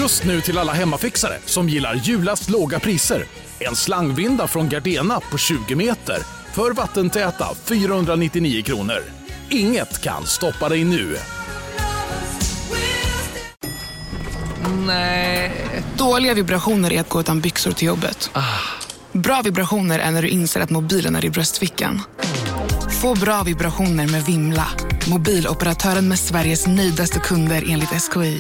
Just nu till alla hemmafixare som gillar Julas låga priser. En slangvinda från Gardena på 20 meter för vattentäta 499 kronor. Inget kan stoppa dig nu. Nej. Dåliga vibrationer är att gå utan byxor till jobbet. Bra vibrationer är när du inser att mobilen är i bröstfickan. Få bra vibrationer med Vimla. Mobiloperatören med Sveriges nöjdaste kunder enligt SKI.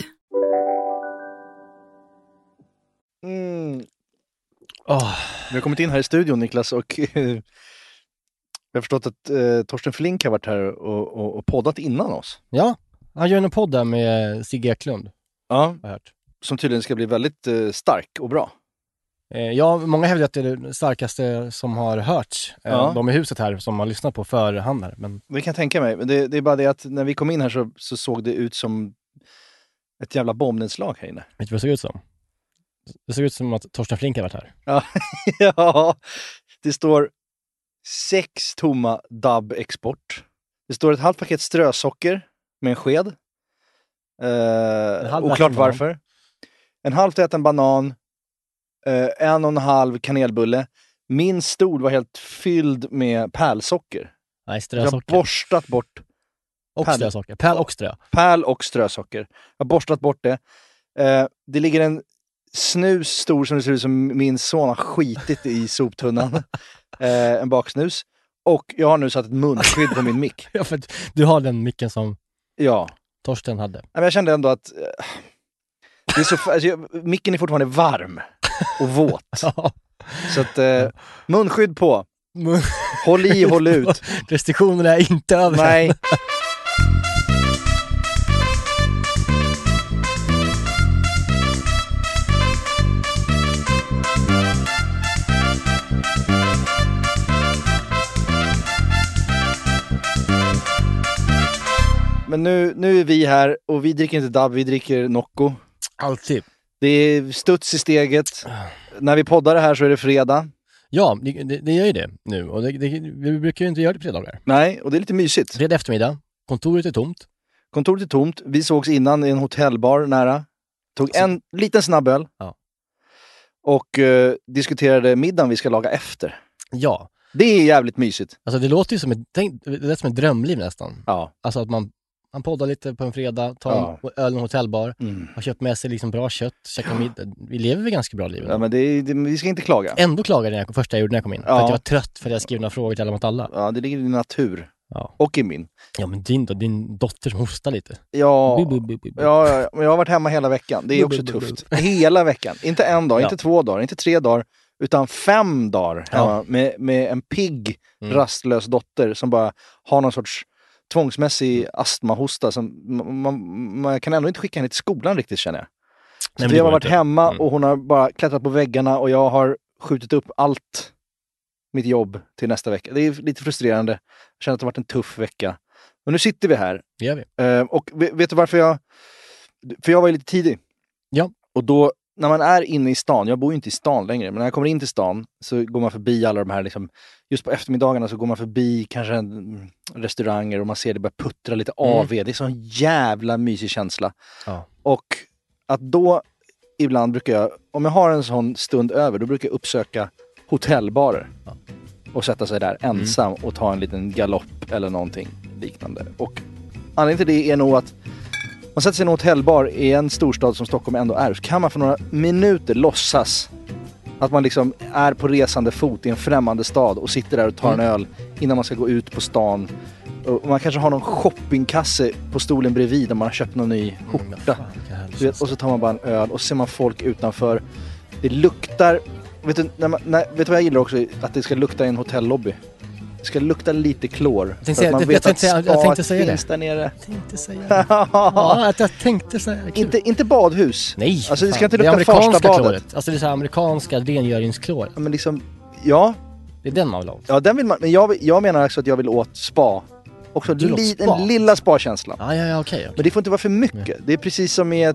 Vi har kommit in här i studion, Niklas, och jag har förstått att Torsten Flink har varit här och poddat innan oss. Ja, han gör en podd där med Sigge Eklund. Ja, har hört. som tydligen ska bli väldigt stark och bra. Ja, många hävdar att det är det starkaste som har hörts. De i huset här som har lyssnat på förhand här. Men... Vi kan tänka mig, men det är bara det att när vi kom in här så såg det ut som ett jävla bombnedslag här inne. Vet du vad det såg ut som? Det såg ut som att Torsten Flink har varit här. Ja, ja, det står 6 tomma DAB-export. Det står ett halvt paket strösocker med en sked. Oklart varför. En halvtäten banan. 1,5 kanelbulle. Min stol var helt fylld med pärlsocker. Nej, strösocker. Jag har borstat bort och strösocker. Pärl och strö. Pärl och strösocker. Jag har borstat bort det. Det ligger en snus stor som det ser ut som min son har skitit i soptunnan. En baksnus. Och jag har nu satt ett munskydd på min mick. Ja, för du har den micken som Torsten hade. Men jag kände ändå att det är så, alltså, micken är fortfarande varm och våt. Ja. Så att munskydd på. Håll i, håll ut. Restriktionerna är inte över. Nej. Men nu är vi här och vi dricker inte DAB, vi dricker Nocco. Alltid. Det är studs i steget. När vi poddar det här så är det fredag. Ja, det gör ju det nu. Och vi brukar ju inte göra det på fredagar. Nej, och det är lite mysigt. Fredag eftermiddag. Kontoret är tomt. Kontoret är tomt. Vi sågs innan i en hotellbar nära. Tog en liten snabböl. Ja. Och diskuterade middagen vi ska laga efter. Ja. Det är jävligt mysigt. Alltså det låter ju som ett drömliv nästan. Ja. Alltså att man poddar lite på en fredag, tar en öl i en hotellbar, har köpt med sig liksom bra kött, käkar middag. Vi lever väl ganska bra liv. Ja, men vi ska inte klaga. Ändå klagade jag första jag gjorde när jag kom in. För att jag var trött för att jag skrev några frågor till alla mot alla. Ja, det ligger i din natur. Ja. Och i min. Ja, men din dotter som hostar lite. Ja, men jag har varit hemma hela veckan. Det är också tufft. Hela veckan. Inte en dag, inte 2 dagar, inte 3 dagar. Utan 5 dagar hemma med en pigg, rastlös dotter som bara har någon sorts tvångsmässig astmahosta som man kan ändå inte skicka henne till skolan riktigt, känner jag. Så vi har varit hemma och hon har bara klättrat på väggarna och jag har skjutit upp allt mitt jobb till nästa vecka. Det är lite frustrerande. Jag känner att det har varit en tuff vecka. Men nu sitter vi här. Det gör vi. Och vet du varför för jag var ju lite tidig. Ja. Och då, när man är inne i stan, jag bor ju inte i stan längre, men när jag kommer in till stan så går man förbi alla de här liksom, just på eftermiddagarna så går man förbi kanske restauranger och man ser det börja puttra lite AV. Det är så en jävla mysig känsla. Ja. Och att då ibland brukar jag, om jag har en sån stund över, då brukar jag uppsöka hotellbarer och sätta sig där ensam och ta en liten galopp eller någonting liknande. Och anledningen till det är nog att man sätter sig i en hotellbar i en storstad som Stockholm ändå är, så kan man för några minuter låtsas att man liksom är på resande fot i en främmande stad och sitter där och tar en öl innan man ska gå ut på stan. Och man kanske har någon shoppingkasse på stolen bredvid där man har köpt någon ny skjorta. Och så tar man bara en öl och så ser man folk utanför. Det luktar... Vet du vad jag gillar också? Att det ska lukta i en hotellobby. Det ska lukta lite klor. Jag tänkte säga finns där nere. Jag tänkte säga det. Inte badhus. Nej. Alltså det ska inte lukta Farstabadet. Alltså det är så här amerikanska rengöringsklor. Ja, men liksom, ja. Det är den man vill ha. Ja, den vill man. Men jag menar också att jag vill åt spa. Också den lilla spa-känslan. Ja, okej. Men det får inte vara för mycket. Nej. Det är precis som i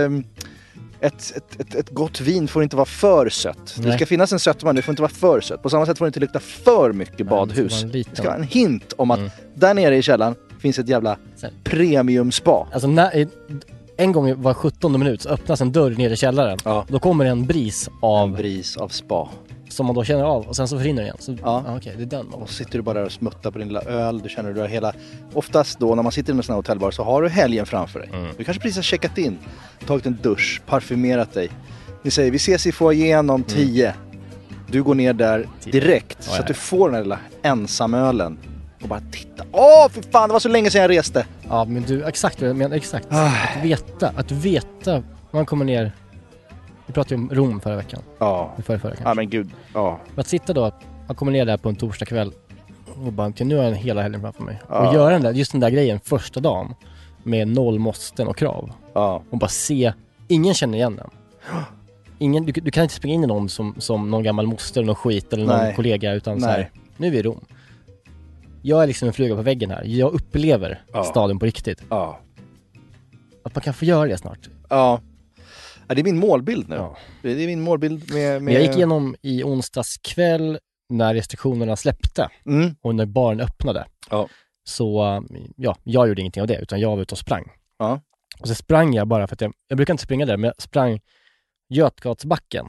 ett gott vin får inte vara för sött. Nej. Det ska finnas en sötma, det får inte vara för sött. På samma sätt får det inte lukta för mycket badhus. Det ska vara en hint om att där nere i källaren finns ett jävla premium spa. Alltså en gång var 17 minut så öppnas en dörr ner i källaren. Ja. Då kommer en bris av spa. Som man då känner av och sen så försvinner den igen. Så, okej, det är den. Och så sitter du bara där och smuttar på din lilla öl. Du känner du har hela... Oftast då när man sitter i en sån här hotellbar så har du helgen framför dig. Du kanske precis har checkat in, tagit en dusch, parfymerat dig. Ni säger, vi ses i foajén om 10. Du går ner där direkt så att du får den där lilla ensamölen. Och bara titta. För fan, det var så länge sedan jag reste. Ja, men du, exakt vad jag menar, exakt. Att veta, man kommer ner. Vi pratade ju om Rom förra veckan. Förra kanske. Ja, men gud. Ja. Att sitta då, man kommer ner där på en torsdag kväll och bara, nu har jag hela helgen framför mig. Och göra just den där grejen första dagen med 0 måsten och krav. Och bara se, ingen känner igen den. Ingen, du kan inte springa in i någon som någon gammal moster eller någon skit eller någon kollega utan så här, nu är vi i Rom. Jag är liksom en fluga på väggen här. Jag upplever staden på riktigt. Att man kan få göra det snart. Ja, det är min målbild nu. Det är min målbild med... Jag gick igenom i onsdags kväll när restriktionerna släppte och när baren öppnade. Så jag gjorde ingenting av det utan jag var ute och sprang. Och så sprang jag bara för att jag brukar inte springa där, men jag sprang Götgatsbacken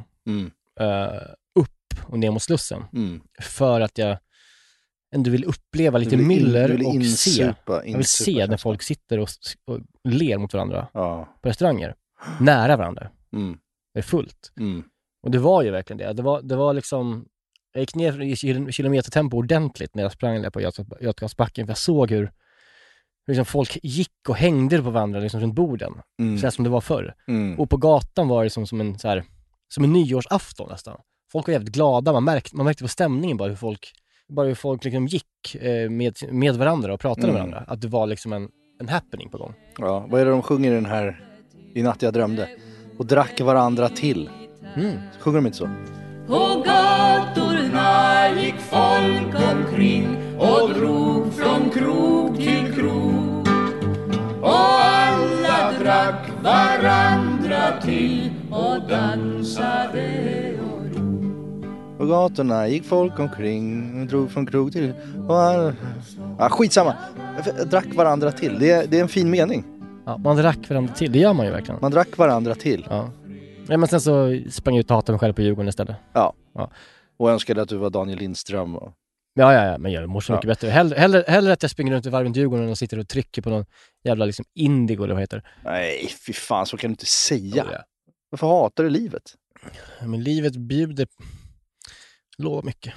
upp och ner mot Slussen för att jag ändå vill uppleva lite myller och se. Jag vill se när folk sitter och ler mot varandra på restauranger nära varandra. Det är fullt. Och det var ju verkligen det. Det var liksom, jag gick ner i kilometertempo ordentligt när jag sprang där på Götgatsbacken, för jag såg hur liksom folk gick och hängde på varandra liksom runt borden. Så här som det var förr. Och på gatan var det som en nyårsafton nästan. Folk var jävligt glada. Man märkte på stämningen bara hur folk liksom gick med varandra och pratade med varandra. Att det var liksom en happening på gång. Ja, vad är det de sjunger i den här I natt jag drömde? Och drack varandra till. Sjunger de inte så? På gatorna gick folk omkring och drog från krog till krog. Och alla drack varandra till och dansade och rog. På gatorna gick folk omkring och drog från krog till och skitsamma. Drack varandra till. Det är en fin mening. Ja, man drack varandra till. Det gör man ju verkligen. Man drack varandra till. Ja. Men sen så sprang jag ut och hatade mig själv på Djurgården istället. Ja. Och önskade att du var Daniel Lindström. Och... Ja, men jag mår så mycket bättre. Hellre att jag springer runt i varv runt Djurgården och sitter och trycker på någon jävla liksom indigo eller vad heter. Nej, fy fan, så kan du inte säga. Ja. Varför hatar du livet? Men livet bjuder... Lovar mycket.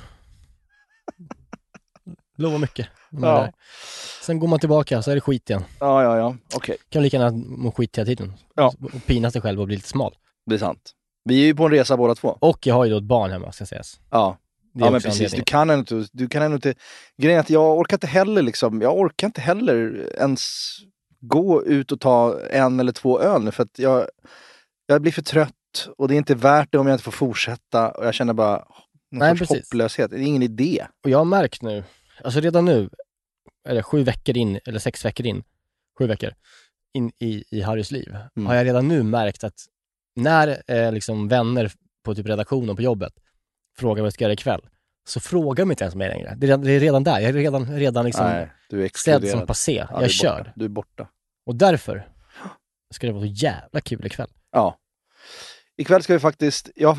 Lovar mycket. Ja. Sen går man tillbaka så är det skit igen. Ja. Okej. Kan lika gärna må skit hela tiden. Ja. Och pinas sig själv och bli lite smal. Det är sant. Vi är ju på en resa båda två. Och jag har ju då ett barn hemma, ska sägas. Ja. Ja, men precis. Du kan ändå inte... Grejen är att jag orkar inte heller ens gå ut och ta 1 eller 2 öl nu, för att jag blir för trött och det är inte värt det om jag inte får fortsätta, och jag känner bara hopplöshet. Det är ingen idé. Och jag har märkt nu, alltså redan nu, eller 7 veckor in, eller 6 veckor in, 7 veckor in i Harrys liv, har jag redan nu märkt att när liksom vänner på typ redaktionen på jobbet frågar vad jag ska göra ikväll, så frågar de inte ens mig längre. Det är redan där. Jag är redan liksom ställd som passé. Ja, jag kör. Du är borta. Och därför ska det vara så jävla kul ikväll. Ja. Ikväll ska vi faktiskt... Jag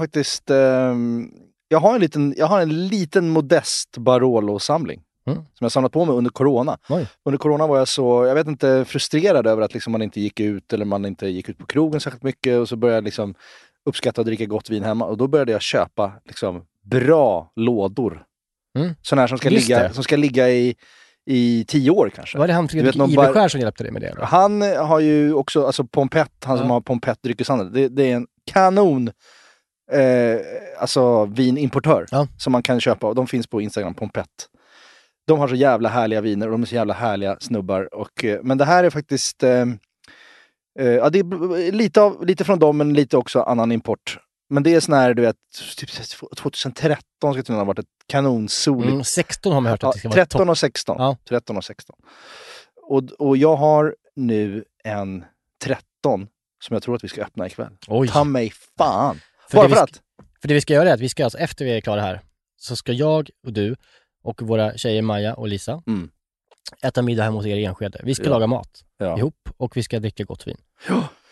har en liten modest Barolo-samling. Som jag samlat på mig under corona. Oj. Under corona var jag så, jag vet inte, frustrerad över att liksom man inte gick ut, eller man inte gick ut på krogen särskilt mycket, och så började jag liksom uppskatta att dricka gott vin hemma, och då började jag köpa liksom bra lådor. Sådana här som ska ligga i 10 år kanske. Var det han Fredrik Iverskär som hjälpte dig med det då? Han har ju också, alltså Pompett, som har Pompett dryckeshandel. Det är en kanon alltså vinimportör som man kan köpa, och de finns på Instagram, Pompett. De har så jävla härliga viner och de är så jävla härliga snubbar. Men det här är faktiskt... det är lite från dem, men lite också annan import. Men det är sån här, du vet, typ 2013 ska det ha varit ett kanonsoligt. 16 har man hört att det ska vara 13 och 16. Ja. 13 och 16. Och jag har nu en 13 som jag tror att vi ska öppna ikväll. Oj. Ta mig fan. För det vi ska göra är att vi ska, alltså, efter vi är klara här, så ska jag och du och våra tjejer Maja och Lisa äta middag hemma hos er i Enskede. Vi ska laga mat ihop, och vi ska dricka gott vin. Ja.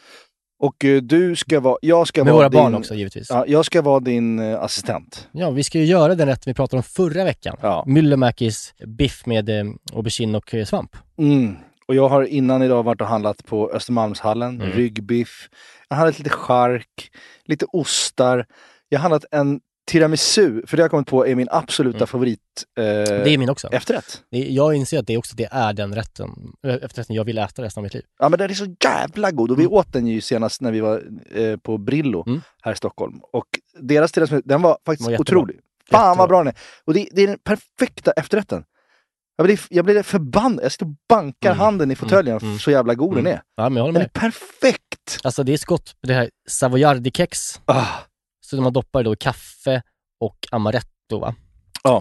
Och du ska vara... Jag ska med vara våra din, barn också givetvis. Ja, jag ska vara din assistent. Ja, vi ska ju göra den rätt vi pratade om förra veckan. Ja. Myllymäkis biff med aubergine och svamp. Och jag har innan idag varit och handlat på Östermalmshallen. Ryggbiff. Jag har handlat lite chark, lite ostar. Jag har handlat en tiramisu, för det har jag kommit på är min absoluta favorit. Det är min också. Efterrätt. Jag inser att det är den efterrätten jag vill äta resten av mitt liv. Ja, men den är så jävla god. Och vi åt den ju senast när vi var på Brillo här i Stockholm. Och deras tiramisu, den var faktiskt otrolig. Fan vad bra den är. Och det är den perfekta efterrätten. Jag blir förbannad. Jag sitter och bankar handen i fåtöljen så jävla god den är. Ja, men jag håller med. Den är perfekt. Alltså det är skott på det här Savoiardi-kex. Så man doppar då kaffe och amaretto, va? Ja.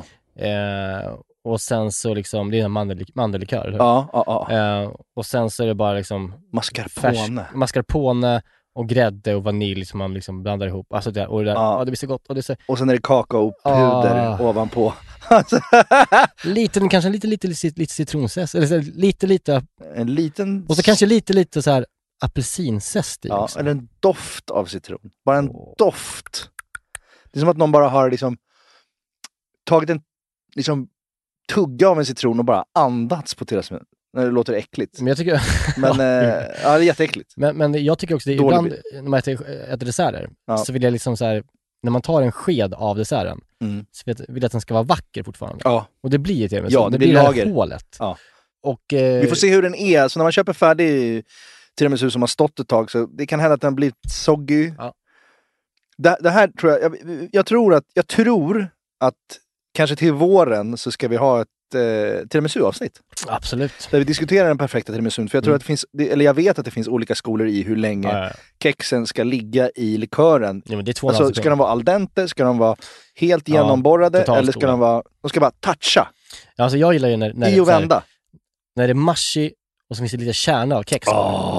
Och sen så liksom, det är en mandellikör. Ja. Och sen så är det bara liksom mascarpone och grädde och vanilj som man liksom blandar ihop. Alltså det, och det där, det blir så gott. Och sen är det kakaopuder ovanpå. Kanske lite citronzest. Eller lite. En liten... Och så kanske lite så här apelsinzest i. Ja, liksom. eller en doft av citron. Bara en doft. Det är som att någon bara har liksom tagit en tugga av en citron och bara andats på tiramisu. Det låter äckligt. Men jag tycker... Men det är jätteäckligt. Men jag tycker också det är ibland när man äter desserter så vill jag liksom så här, när man tar en sked av desserten så vill jag att den ska vara vacker fortfarande. Ja. Och det blir det. Ja, det blir lager. Hålet. Ja. Och, vi får se hur den är. Så när man köper färdig tiramisu som har stått ett tag så det kan hända att den blir soggy. Ja. Det här tror jag tror att kanske till våren så ska vi ha ett tiramisu-avsnitt. Absolut. Där vi diskuterar den perfekta tiramisun. För jag tror att det finns, jag vet att det finns olika skolor i hur länge kexen ska ligga i likören. Ja, men det är alltså, ska de vara al dente? Ska de vara helt genomborrade? Eller ska de ska bara toucha? Ja, alltså jag gillar ju när det är mushy och så finns det lite kärna av kex.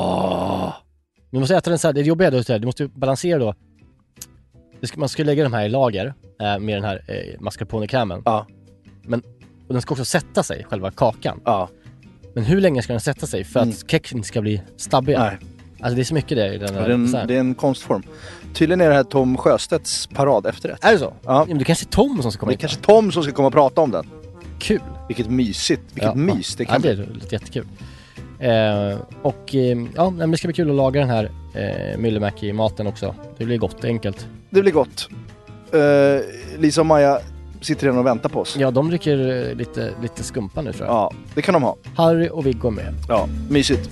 Du måste äta den så här, det är jobbiga då, du måste balansera då. Man ska lägga de här i lager med den här mascarpone-krämen. Och den ska också sätta sig, själva kakan. Men hur länge ska den sätta sig för att kexen inte ska bli stabbiga? Nej. Alltså det är så mycket det i den här. Det är en konstform. Tydligen är det här Tom Sjöstedts parad efterrätt. Är det så? Ja. Men det kanske är Tom som ska komma. Det är kanske Tom som ska komma och prata om den. Kul. Vilket mysigt. Vilket mys det kan bli. Det är lite jättekul. Men det ska bli kul att laga den här Myllymäki i maten också. Det blir gott, enkelt. Det blir gott. Lisa och Maja sitter redan och väntar på oss. Ja, de dricker lite skumpa nu, tror jag. Ja, det kan de ha. Harry och Viggo med. Ja, mysigt.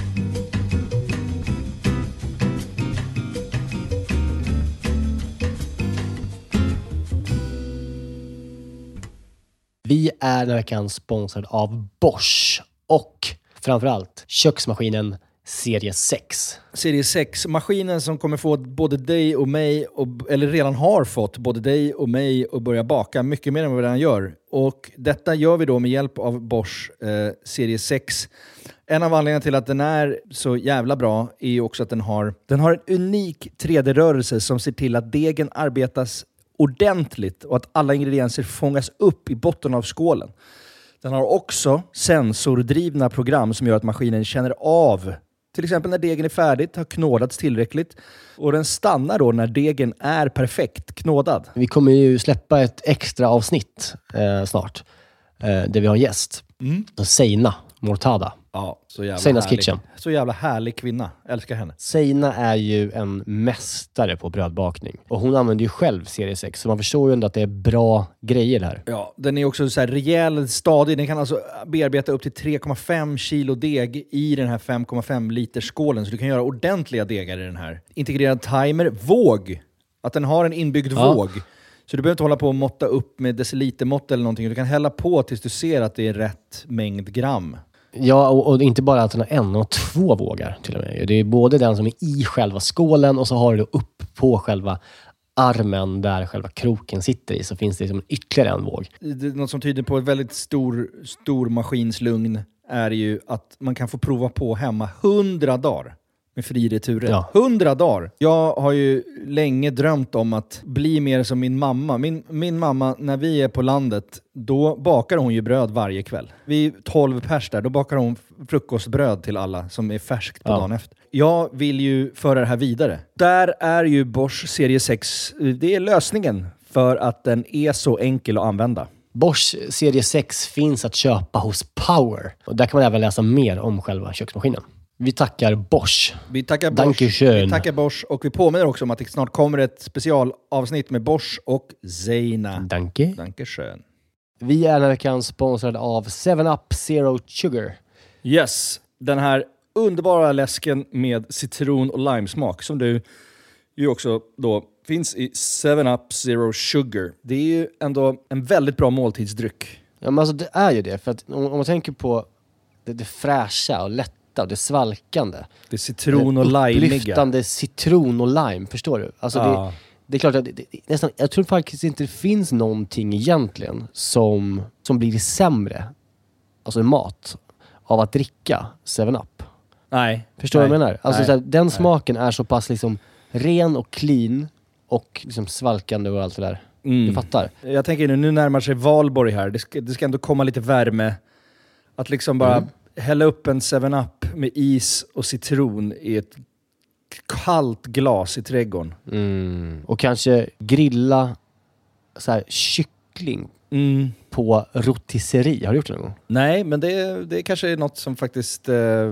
Vi är den här veckan sponsrad av Bosch och framförallt köksmaskinen Serie 6. Serie 6, maskinen som kommer få både dig och mig, eller redan har fått både dig och mig att börja baka mycket mer än vad vi redan gör. Och detta gör vi då med hjälp av Bosch Serie 6. En av anledningarna till att den är så jävla bra är ju också att den har en unik 3D-rörelse som ser till att degen arbetas ordentligt och att alla ingredienser fångas upp i botten av skålen. Den har också sensordrivna program som gör att maskinen känner av till exempel när degen är färdigt, har knådats tillräckligt. Och den stannar då när degen är perfekt knådad. Vi kommer ju släppa ett extra avsnitt snart. Där vi har en gäst. Seina Mortada. Ja, så jävla Seinas härlig. Kitchen. Så jävla härlig kvinna. Älskar henne. Seina är ju en mästare på brödbakning. Och hon använder ju själv Serie 6. Så man förstår ju ändå att det är bra grejer här. Ja, den är också så här rejäl, stadig. Den kan alltså bearbeta upp till 3,5 kilo deg i den här 5,5 liters skålen. Så du kan göra ordentliga degar i den här. Integrerad timer. Våg. Att den har en inbyggd våg. Så du behöver inte hålla på och måtta upp med decilitermått eller någonting. Du kan hälla på tills du ser att det är rätt mängd gram. Ja, och inte bara att den har en och 2 vågar till och med. Det är både den som är i själva skålen och så har du upp på själva armen där själva kroken sitter i. Så finns det liksom ytterligare en våg. Något som tyder på ett väldigt stor maskinslugn är ju att man kan få prova på hemma 100 dagar med frireturen. Ja. 100 dagar. Jag har ju länge drömt om att bli mer som min mamma. Min mamma, när vi är på landet, då bakar hon ju bröd varje kväll. Vi är 12 pers där, då bakar hon frukostbröd till alla som är färskt på dagen efter. Jag vill ju föra det här vidare. Där är ju Bosch serie 6, det är lösningen för att den är så enkel att använda. Bosch serie 6 finns att köpa hos Power. Och där kan man även läsa mer om själva köksmaskinen. Vi tackar Bosch. Vi tackar Bosch. Vi tackar Bosch och vi påminner också om att det snart kommer ett specialavsnitt med Bosch och Zeina. Dankeschön. Vi är den här veckan sponsrade av 7-Up Zero Sugar. Yes, den här underbara läsken med citron och limesmak som du ju också då finns i 7-Up Zero Sugar. Det är ju ändå en väldigt bra måltidsdryck. Ja, men alltså det är ju det. För att om man tänker på det fräscha och lätta och det svalkande. Det är citron och lime. Upplyftande citron och lime, förstår du? Alltså det är klart att nästan, jag tror faktiskt inte det finns någonting egentligen som blir sämre, alltså mat, av att dricka 7-Up. Nej. Förstår du vad jag menar? Alltså så här, den smaken är så pass liksom ren och clean och liksom svalkande och allt det där. Du fattar. Jag tänker nu närmar sig Valborg här. Det ska ändå komma lite värme. Att liksom bara hälla upp en 7-Up med is och citron i ett kallt glas i trädgården. Och kanske grilla så här kyckling på rotisserie. Har du gjort det någon gång? Nej, men det kanske är något som faktiskt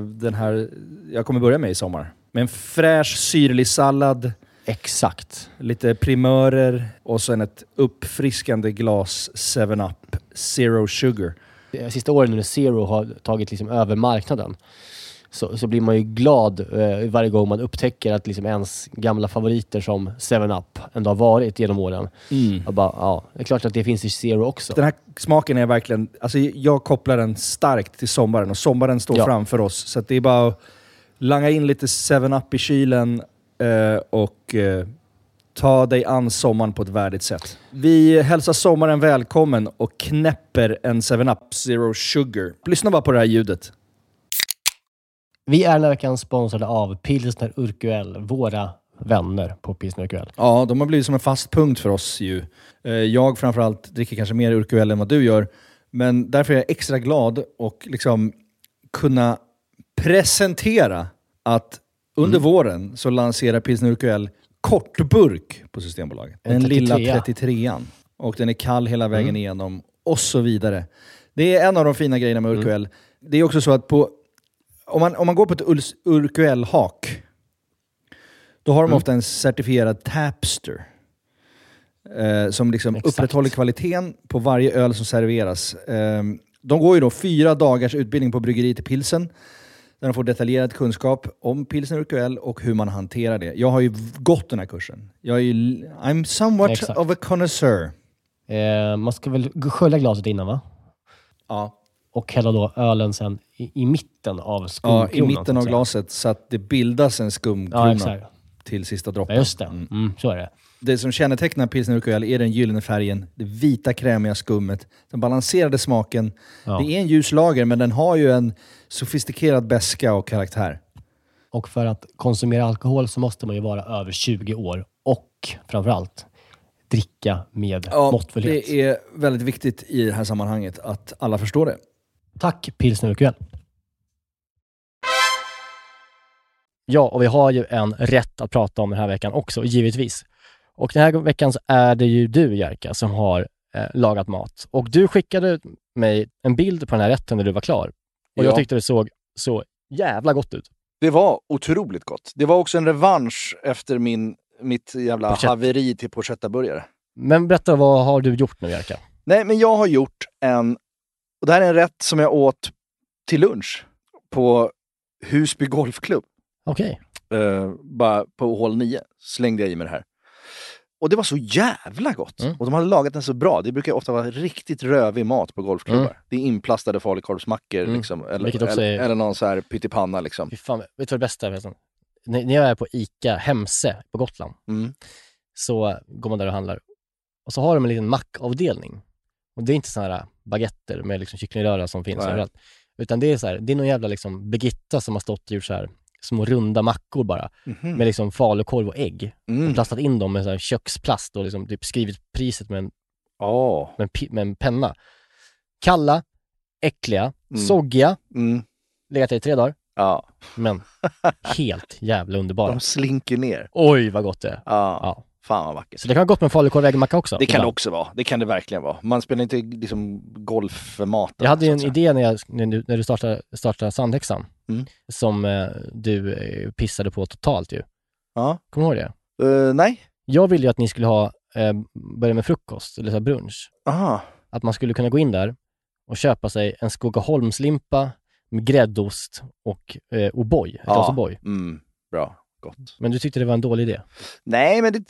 jag kommer börja med i sommar. Med en fräsch syrlig sallad. Exakt. Lite primörer och sen ett uppfriskande glas 7-Up Zero Sugar. Sista åren när Zero har tagit liksom över marknaden så blir man ju glad varje gång man upptäcker att liksom ens gamla favoriter som 7-Up ändå har varit genom åren. Och bara, det är klart att det finns i Zero också. Den här smaken är verkligen, alltså jag kopplar den starkt till sommaren och sommaren står framför oss. Så att det är bara att langa in lite 7-Up i kylen och ta dig an sommaren på ett värdigt sätt. Vi hälsar sommaren välkommen och knäpper en 7-Up Zero Sugar. Lyssna bara på det här ljudet. Vi är den här veckan sponsrade av Pilsner Urquell, våra vänner på Pilsner Urquell. Ja, de har blivit som en fast punkt för oss ju. Jag framförallt dricker kanske mer Urquell än vad du gör. Men därför är jag extra glad och liksom kunna presentera att under våren så lanserar Pilsner Urquell kortburk på Systembolaget. Den lilla 33an. Och den är kall hela vägen igenom och så vidare. Det är en av de fina grejerna med Urquell. Det är också så att om man går på ett Urquell-hak, då har de ofta en certifierad tapster som liksom upprätthåller kvaliteten på varje öl som serveras. De går ju då 4 dagars utbildning på bryggeriet i Pilsen där de får detaljerad kunskap om Pilsner Urquell och hur man hanterar det. Jag har ju gått den här kursen. I'm somewhat of a connoisseur. Man ska väl skölja glaset innan, va? Ja. Och hälla då ölen sen i mitten av skumkronan. Ja, i mitten av glaset så att det bildas en skumkrona till sista droppen. Ja, just det. Så är det. Det som kännetecknar Pilsner Urquell är den gyllene färgen, det vita krämiga skummet, den balanserade smaken. Ja. Det är en ljus lager, men den har ju en sofistikerad beska och karaktär. Och för att konsumera alkohol så måste man ju vara över 20 år och framförallt dricka med måttfullhet. Det är väldigt viktigt i det här sammanhanget att alla förstår det. Tack Pilsner Urquell. Ja, och vi har ju en rätt att prata om den här veckan också, givetvis. Och den här veckan så är det ju du, Jerka, som har lagat mat. Och du skickade mig en bild på den här rätten när du var klar. Och jag tyckte det såg så jävla gott ut. Det var otroligt gott. Det var också en revansch efter mitt jävla haveri till porchettaburgare. Men berätta, vad har du gjort nu, Jerka? Nej, men jag har gjort och det här är en rätt som jag åt till lunch på Husby Golfklubb. Okej. Bara på hål 9 slängde jag i mig det här. Och det var så jävla gott. Och de hade lagat den så bra. Det brukar ofta vara riktigt rövig mat på golfklubbar. Det är inplastade falukorvsmackor liksom, eller någon så här pyttipanna liksom. Fy fan, vet du vad det bästa är? När jag är på Ica Hemse på Gotland så går man där och handlar. Och så har de en liten mackavdelning. Och det är inte såna här baguetter med liksom kycklingröra som finns överallt. Utan det är så här, det är någon jävla liksom Birgitta som har stått och gjort så här små runda mackor bara. Med liksom falukorv och ägg. Och plastat in dem med så här köksplast och liksom typ skrivit priset med en penna. Kalla, äckliga, soggiga. Legat i 3 dagar. Ja. Men helt jävla underbara. De slinker ner. Oj, vad gott det är. Ja. Fan vad vackert. Så det kan vara gott med falukorv och äggmacka också. Det kan det också vara. Det kan det verkligen vara. Man spelar inte liksom golf för maten. Jag hade ju en idé när du startade Sandhäxan. Som du pissade på totalt ju. Ja. Kommer du ihåg det? Nej. Jag ville ju att ni skulle börja med frukost, eller så här brunch. Aha. Att man skulle kunna gå in där och köpa sig en Skogaholmslimpa med gräddost och O'boy. Bra. Gott. Men du tyckte det var en dålig idé? Nej, men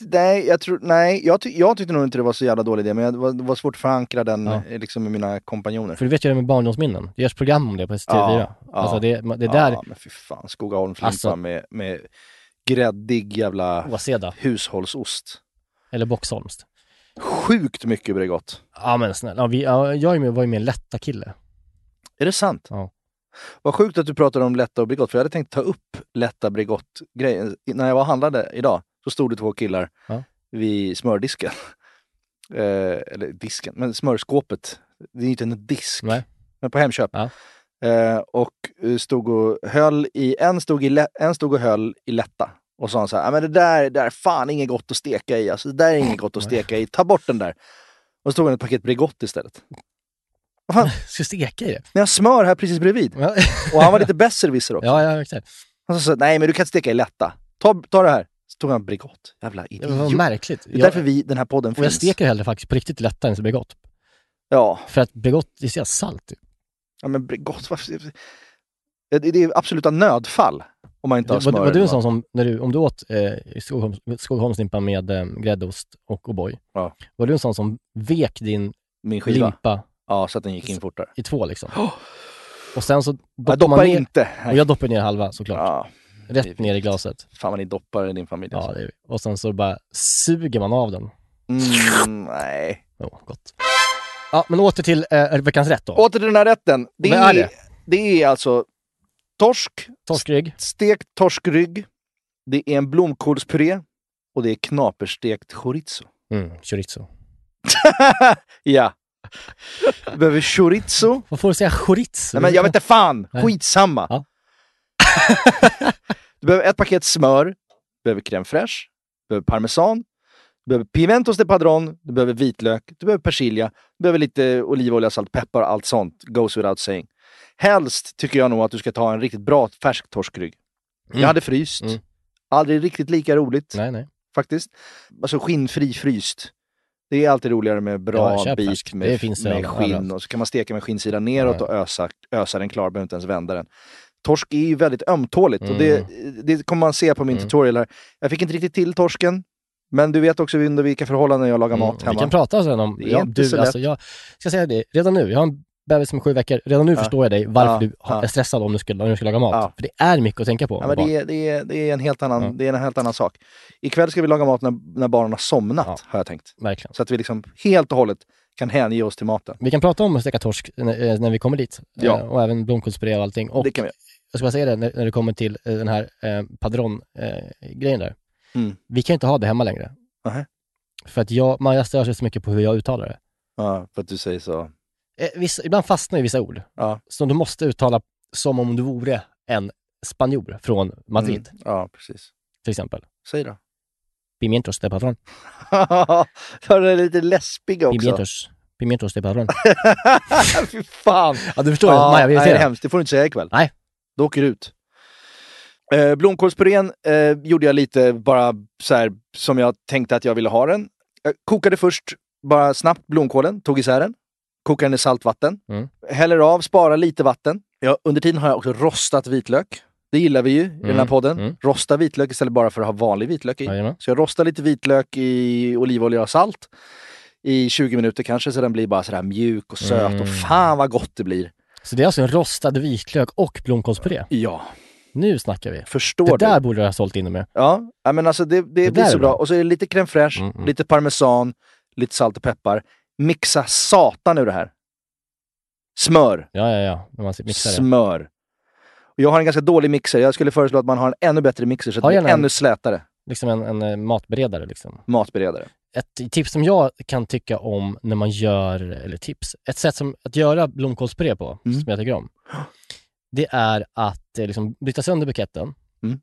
jag tyckte nog inte det var så jävla dålig idé, men det var svårt att förankra den liksom med mina kompanjoner. För du vet ju det med barndomsminnen. Det görs program om det på ST4. Alltså det där... Ja, men fy fan. Skogaholmslimpa alltså, med gräddig jävla hushållsost. Eller Boxholmst. Sjukt mycket Bregott. Ja, men snälla. Jag var ju med en lätta kille. Är det sant? Ja. Vad sjukt att du pratar om lätta och Bregott, för jag hade tänkt ta upp lätta Bregott-grejen. När jag var handlade idag så stod det 2 killar vid smördisken. Eller disken, men smörskåpet. Det är inte en disk. Nej. Men på Hemköp. Ja. Och stod och höll i, en stod och höll i lätta. Och sa han så här, men det där är fan inget gott att steka i. Alltså, det där är inget gott att steka i. Ta bort den där. Och så stod han ett paket Bregott istället. Ska steka i det? När jag smör här precis bredvid. Ja. Och han var lite besserwisser också. Ja, exakt. Han sa, nej men du kan steka i lätta. Ta det här. Så tog han Bregott. Jävla idiot. Det var märkligt. Det är därför den här podden finns. Och jag steker hellre faktiskt på riktigt lättare än Bregott. Ja. För att Bregott är så salt. Ja, men Bregott, det är absoluta nödfall om man inte har smör. Var du en sån som, om du åt Skogaholmslimpa med gräddost och O'boy, var du en sån som vek min limpa? Ja, så att den gick in fortare. I 2 liksom. Och sen så doppar inte. Och jag doppar ner halva såklart. Ja, rätt ner i glaset. Fan vad ni doppar i din familj. Ja, det är vi. Och sen så bara suger man av den. Nej. Gott. Ja, men åter till veckans rätt då. Åter till den här rätten. Det är alltså torskrygg. Stekt torskrygg. Det är en blomkålspuré. Och det är knaperstekt chorizo. Chorizo. Ja. Du behöver chorizo. Vad får du säga chorizo? Nej, men jag vet inte fan. Skitsamma. Ja. Du behöver 1 paket smör. Du behöver crème fraîche. Du behöver parmesan. Du behöver pimentos de padron. Du behöver vitlök. Du behöver persilja. Du behöver lite olivolja, salt, peppar. Allt sånt. Goes without saying. Helst tycker jag nog att du ska ta en riktigt bra färsk torskrygg. Jag hade fryst. Aldrig riktigt lika roligt. Nej. Faktiskt. Alltså skinnfri fryst. Det är alltid roligare med bra bit med skinn. Och så kan man steka med skinnsidan neråt och ösa den klar. Behöver inte ens vända den. Torsk är ju väldigt ömtåligt. Och det kommer man se på min tutorial här. Jag fick inte riktigt till torsken. Men du vet också under vilka förhållanden jag lagar mat hemma. Vi kan prata sen om... jag ska säga det redan nu. Jag har en bebis som är 7 veckor. Redan nu förstår jag dig varför du är stressad om du ska laga mat. För det är mycket att tänka på. Ja, men det är en helt annan sak. Ikväll ska vi laga mat när barnen har somnat, har jag tänkt. Verkligen. Så att vi liksom helt och hållet kan hänge oss till maten. Vi kan prata om att steka torsk när vi kommer dit. Och även blomkålspuré och allting. Och det kan vi. Jag ska bara säga det när det kommer till den här padron-grejen där. Vi kan inte ha det hemma längre. För att man stör sig så mycket på hur jag uttalar det. Ja, för att du säger så. Ibland fastnar ju vissa ord. Som du måste uttala som om du vore en spanjor från Madrid. Ja, precis. Till exempel. Säg då. Pimientos de padron. Då är det lite läspig också. Pimientos de padron. Fy fan. Ja, du förstår. Maja, det är hemskt. Det får du inte säga ikväll. Nej. Då åker du ut. Blomkålspurén gjorde jag lite bara så här som jag tänkte att jag ville ha den. Jag kokade först bara snabbt blomkålen, tog isär den. Kokade den i saltvatten. Häller av, sparar lite vatten. Under tiden har jag också rostat vitlök. Det gillar vi ju i den här podden. Rosta vitlök istället bara för att ha vanlig vitlök i. Så jag rostar lite vitlök i olivolja och salt. I 20 minuter kanske, så den blir bara sådär mjuk och söt. Och fan vad gott det blir. Så det är alltså en rostad vitlök och blomkålspuré? Ja. Nu snackar vi. Förstår det där borde jag ha sålt in med. Ja, men alltså det blir så bra. Och så är det lite crème fraîche, lite parmesan, lite salt och peppar. Mixa satan ur det här. Smör. Ja. Man mixar smör. Och jag har en ganska dålig mixer. Jag skulle föreslå att man har en ännu bättre mixer så att det blir ännu slätare. Liksom en matberedare liksom. Matberedare. Ett tips som jag kan tycka om när man gör, eller tips, ett sätt att göra blomkålspuré på, som jag tycker om, det är att liksom bryta sönder buketten.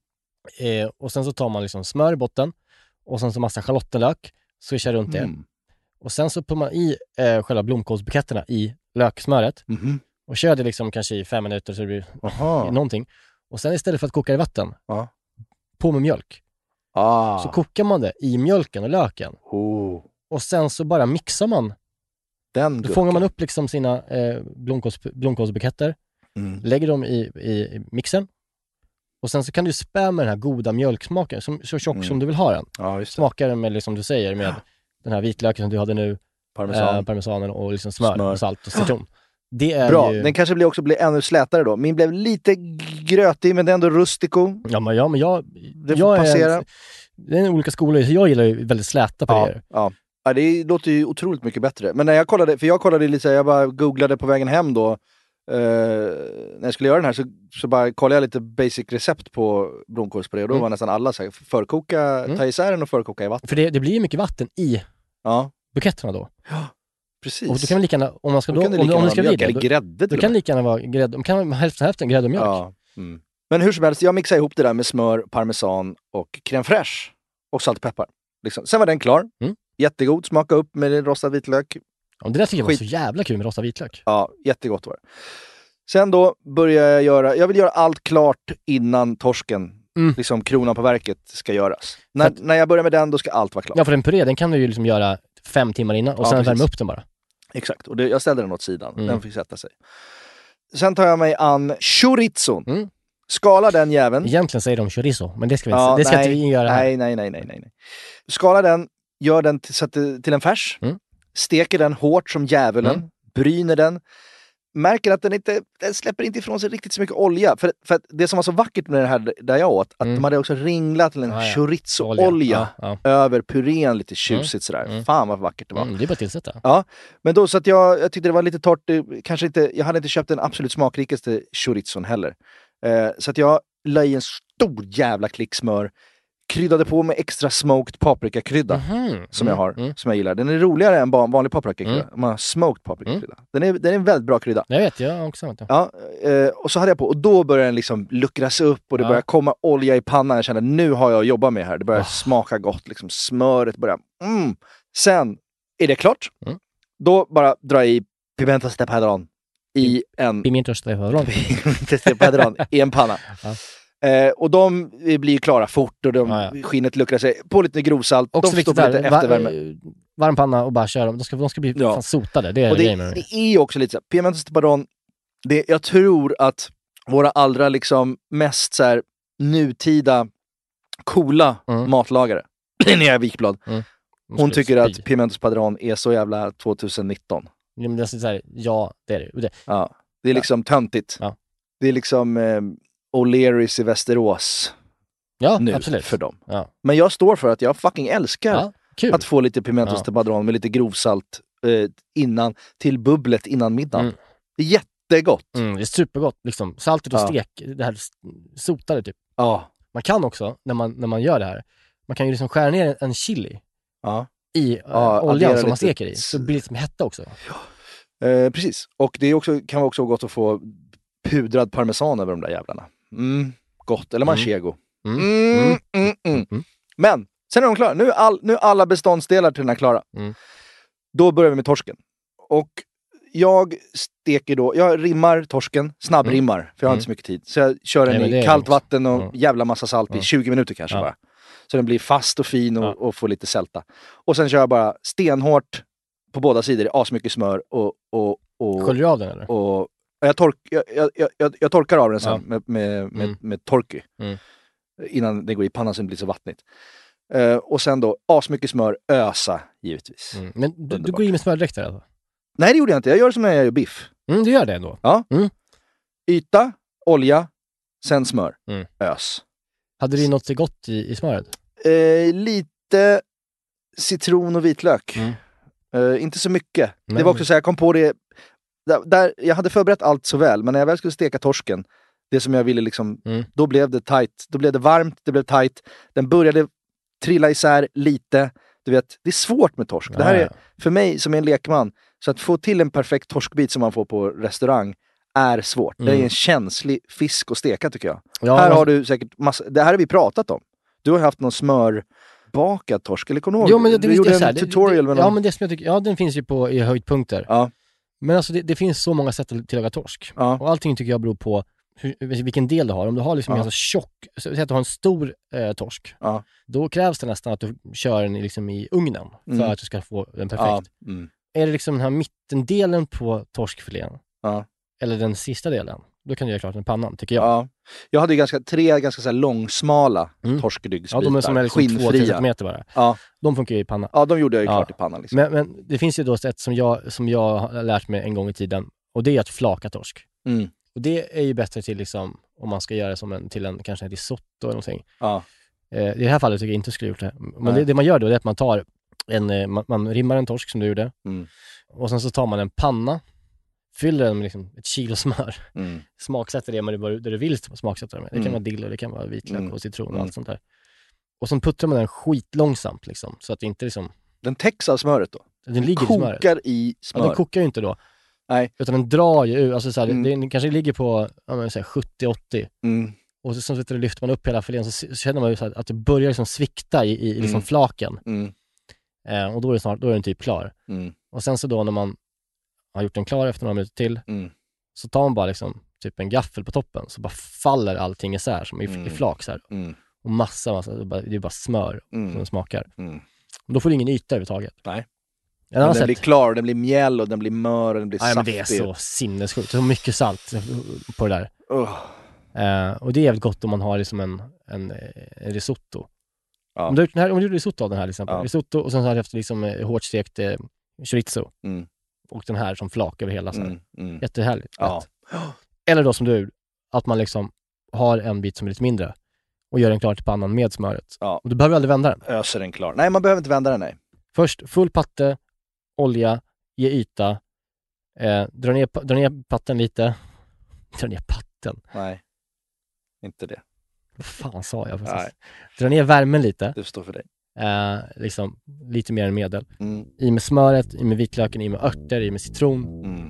Och sen så tar man liksom smör i botten och sen så massa schalottenlök, swishar runt det. Och sen så pumpar man i själva blomkålsbuketterna i löksmöret och kör det liksom kanske i 5 minuter så det blir någonting. Och sen istället för att koka i vatten, på med mjölk. Så kokar man det i mjölken och löken. Och sen så bara mixar man. Då fångar man upp liksom sina blomkålsbuketter, lägger dem i mixen. Och sen så kan du spä med den här goda mjölksmaken, så tjock som du vill ha den. Smakar den med, liksom du säger, med den här vitlöken som du hade nu, parmesanen och liksom smör och salt och citron. Det är bra, ju... den kanske blir ännu slätare då. Min blev lite grötig, men det är ändå rustico. Men jag passera. Det är olika skolor, så jag gillar ju väldigt släta på det. Ja, det låter ju otroligt mycket bättre. Men när jag kollade lite, jag bara googlade på vägen hem då. När jag skulle göra den här så bara kollade jag lite basic recept på blomkålspuré och då var nästan alla så här, förkoka, ta isär den och förkoka i vatten. För det blir ju mycket vatten i buketterna då. Ja, precis. Och då kan man lika gärna, om man ska då kan lika gärna vara grädde, de kan hälften grädde och mjölk. Ja. Men hur som helst, jag mixade ihop det där med smör, parmesan och crème fraîche och salt och peppar. Liksom. Sen var den klar. Jättegod, smaka upp med rostad vitlök. Ja, det där tycker jag var så jävla kul med rostad vitlök. Ja, jättegott var det. Sen då börjar jag vill göra allt klart innan torsken, liksom kronan på verket, ska göras. När jag börjar med den, då ska allt vara klart. Ja, för en puré, den kan du ju liksom göra 5 timmar innan och sen värma upp den bara. Exakt, och jag ställde den åt sidan. Den fick sätta sig. Sen tar jag mig an chorizon. Skala den jäveln. Egentligen säger de chorizo, men det ska vi inte göra här. Nej. Skala den, gör den till en färs. Steker den hårt som djävulen. Bryner den. Märker att den släpper inte ifrån sig riktigt så mycket olja. För att det som var så vackert med det här där jag åt, att de hade också ringlat till en chorizo-olja över purén, lite tjusigt sådär. Fan vad vackert det var. Det är bara tillsätta. Ja, men då så att jag tyckte det var lite torrt. Jag hade inte köpt den absolut smakrikaste chorizon heller. Så att jag la i en stor jävla klick smör. Kryddade på med extra smoked paprikakrydda som jag har, som jag gillar. Den är roligare än vanlig paprikakrydda. Man har smoked paprikakrydda. Den är en väldigt bra krydda. Jag vet, jag har också hört det. Ja, och så hade jag på, och då börjar den liksom luckras upp och det börjar komma olja i pannan. Jag kände, nu har jag att jobba med här. Det börjar smaka gott, liksom smöret börjar. Sen är det klart. Då bara dra i pimentas de padron i en i en panna. Och de blir klara fort och skinnet luckrar sig på lite grovsalt. Också viktigt där, eftervärme. Varm panna och bara köra dem. De ska bli fan sotade. Det är också lite så här, pimentos de padron, jag tror att våra allra liksom mest så här nutida coola matlagare, Linnea Wikblad, hon tycker att pimentos padron är så jävla 2019. Men det är så här, det är det. Ja, det är liksom töntigt. Ja. Det är liksom O'Learys i Västerås nu absolut. För dem. Ja. Men jag står för att jag fucking älskar att få lite pimentos de padron med lite grovsalt till bubblet innan middagen. Det är jättegott. Det är supergott. Liksom. Saltet och stek, det här sotade typ. Ja. Man kan också, när man gör det här, man kan ju liksom skära ner en chili i oljan som man steker i. Så blir det lite med hetta också. Ja. Precis. Och det är också, kan vara också gott att få pudrad parmesan över de där jävlarna. Gott. Eller manchego. Men, sen är de klara. Nu är alla beståndsdelar till den här klara. Då börjar vi med torsken. Och jag steker då, jag rimmar torsken, snabbrimmar, för jag har inte så mycket tid. Så jag kör den i kallt vatten och jävla massa salt i 20 minuter kanske bara. Så den blir fast och fin och får lite sälta. Och sen kör jag bara stenhårt på båda sidor, asmycket smör och sköljer av den eller? Och jag torkar av den sen med torky. Innan det går i pannan så det blir så vattnigt. Och sen då asmycket smör, ösa givetvis. Men du går i med smör direkt där alltså? Nej, det gjorde jag inte. Jag gör som när jag gör biff. Du gör det ändå? Ja. Yta, olja, sen smör. Ös. Hade du något gott i smöret? Lite citron och vitlök. Inte så mycket. Det var också så jag kom på det där jag hade förberett allt så väl, men när jag väl skulle steka torsken, Det som jag ville liksom, då blev det tight. Då blev det varmt, det blev tight. Den började trilla isär lite. Du vet, det är svårt med torsk. Det här är, för mig som är en lekman, så att få till en perfekt torskbit som man får på restaurang är svårt. Det är en känslig fisk att steka tycker jag. Ja, här har du säkert det här har vi pratat om. Du har haft någon smörbakad torsk, eller kommer du ihåg? Jo, men du gjorde en tutorial med någon... Ja, men det som jag tycker, den finns ju i höjdpunkter. Ja. Men alltså det finns så många sätt att tillaga torsk. Ja. Och allting tycker jag beror på vilken del du har. Om du har liksom en så tjock, så att du har en stor torsk, då krävs det nästan att du kör den liksom i ugnen för att du ska få den perfekt. Är det liksom den här mittendelen på torskfilén eller den sista delen, då kan du göra klart en pannan, tycker jag. Ja. Jag hade ju tre ganska så här långsmala torskdyggsbitar. Ja, de är som är liksom 2-3 centimeter bara. Ja. De funkar ju i pannan. Ja, de gjorde jag ju klart i pannan. Liksom. Men det finns ju då ett sätt som jag har lärt mig en gång i tiden, och det är att flaka torsk. Och det är ju bättre till liksom, om man ska göra som kanske en risotto eller någonting. Ja. I det här fallet tycker jag inte jag skulle gjort det. Men det man gör då är att man tar man rimmar en torsk som du gjorde. Och sen så tar man en panna, fyller den med liksom 1 kilo smör. Smaksätter det med det du vill smaksätta det med. Det kan vara dill och det kan vara vitlök och citron och allt sånt där. Och sen puttrar man den skitlångsamt liksom, så att det inte liksom... Den täcks av smöret då? Den ligger kokar i smör. Ja, den kokar ju inte då. Nej. Utan den drar ju ur, alltså såhär, den kanske ligger på 70-80. Och så lyfter man upp hela filén, så känner man ju så att det börjar liksom svikta i liksom flaken. Och då är den typ klar. Och sen så då när man har gjort den klar efter några minuter till, så tar man bara liksom typ en gaffel på toppen, så bara faller allting isär som i flak så här. Och massa, det är bara smör som den smakar. Och då får du ingen yta överhuvudtaget. Nej. Men den blir klar, den blir mjäll och den blir mör och den blir saftig. Men det är så sinnessjukt. Så mycket salt på det där. Och det är jävligt gott om man har liksom en risotto. Ja. Om du gjorde risotto av den här till exempel. Risotto, och sen så har jag haft liksom hårt stekt chorizo. Och den här som flak över hela så här. Jättehärligt. Ja. Eller då som du, att man liksom har en bit som är lite mindre och gör den klar till pannan med smöret. Ja. Och du behöver aldrig vända den. Öser den klar. Nej, man behöver inte vända den, nej. Först full patte, olja, ge yta, dra ner patten lite. Dra ner patten? Nej, inte det. Vad fan sa jag? Nej. Dra ner värmen lite. Det står för dig. Liksom lite mer än medel. I med smöret, i med vitlöken, i med örter, i med citron.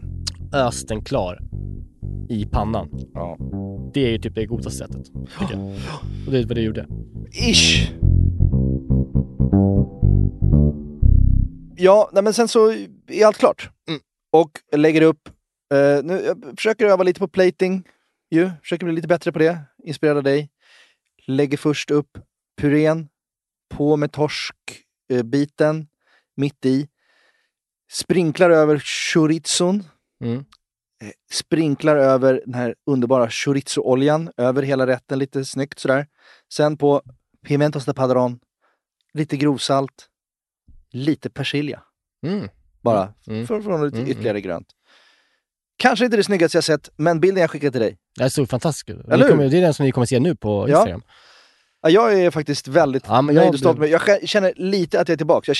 Ös den klar i pannan. Ja. Det är ju typ det godaste sättet, tycker jag. Och det är vad det gjorde. Ish! Ja, nej, men sen så är allt klart. Och lägger upp nu jag försöker öva lite på plating ju. Försöker bli lite bättre på det. Inspirerad av dig. Lägger först upp purén på med torskbiten mitt i. Sprinklar över chorizon. Sprinklar över den här underbara chorizo-oljan över hela rätten lite snyggt sådär. Sen på pimentos de padron, lite grovsalt, lite persilja. Bara för att få lite ytterligare grönt. Kanske inte det snyggaste jag sett, men bilden jag skickade till dig. Det är så fantastiskt. Det är den som vi kommer se nu på Instagram. Ja, jag är faktiskt väldigt nöjd och stolt med. Jag känner lite att jag är tillbaka. Jag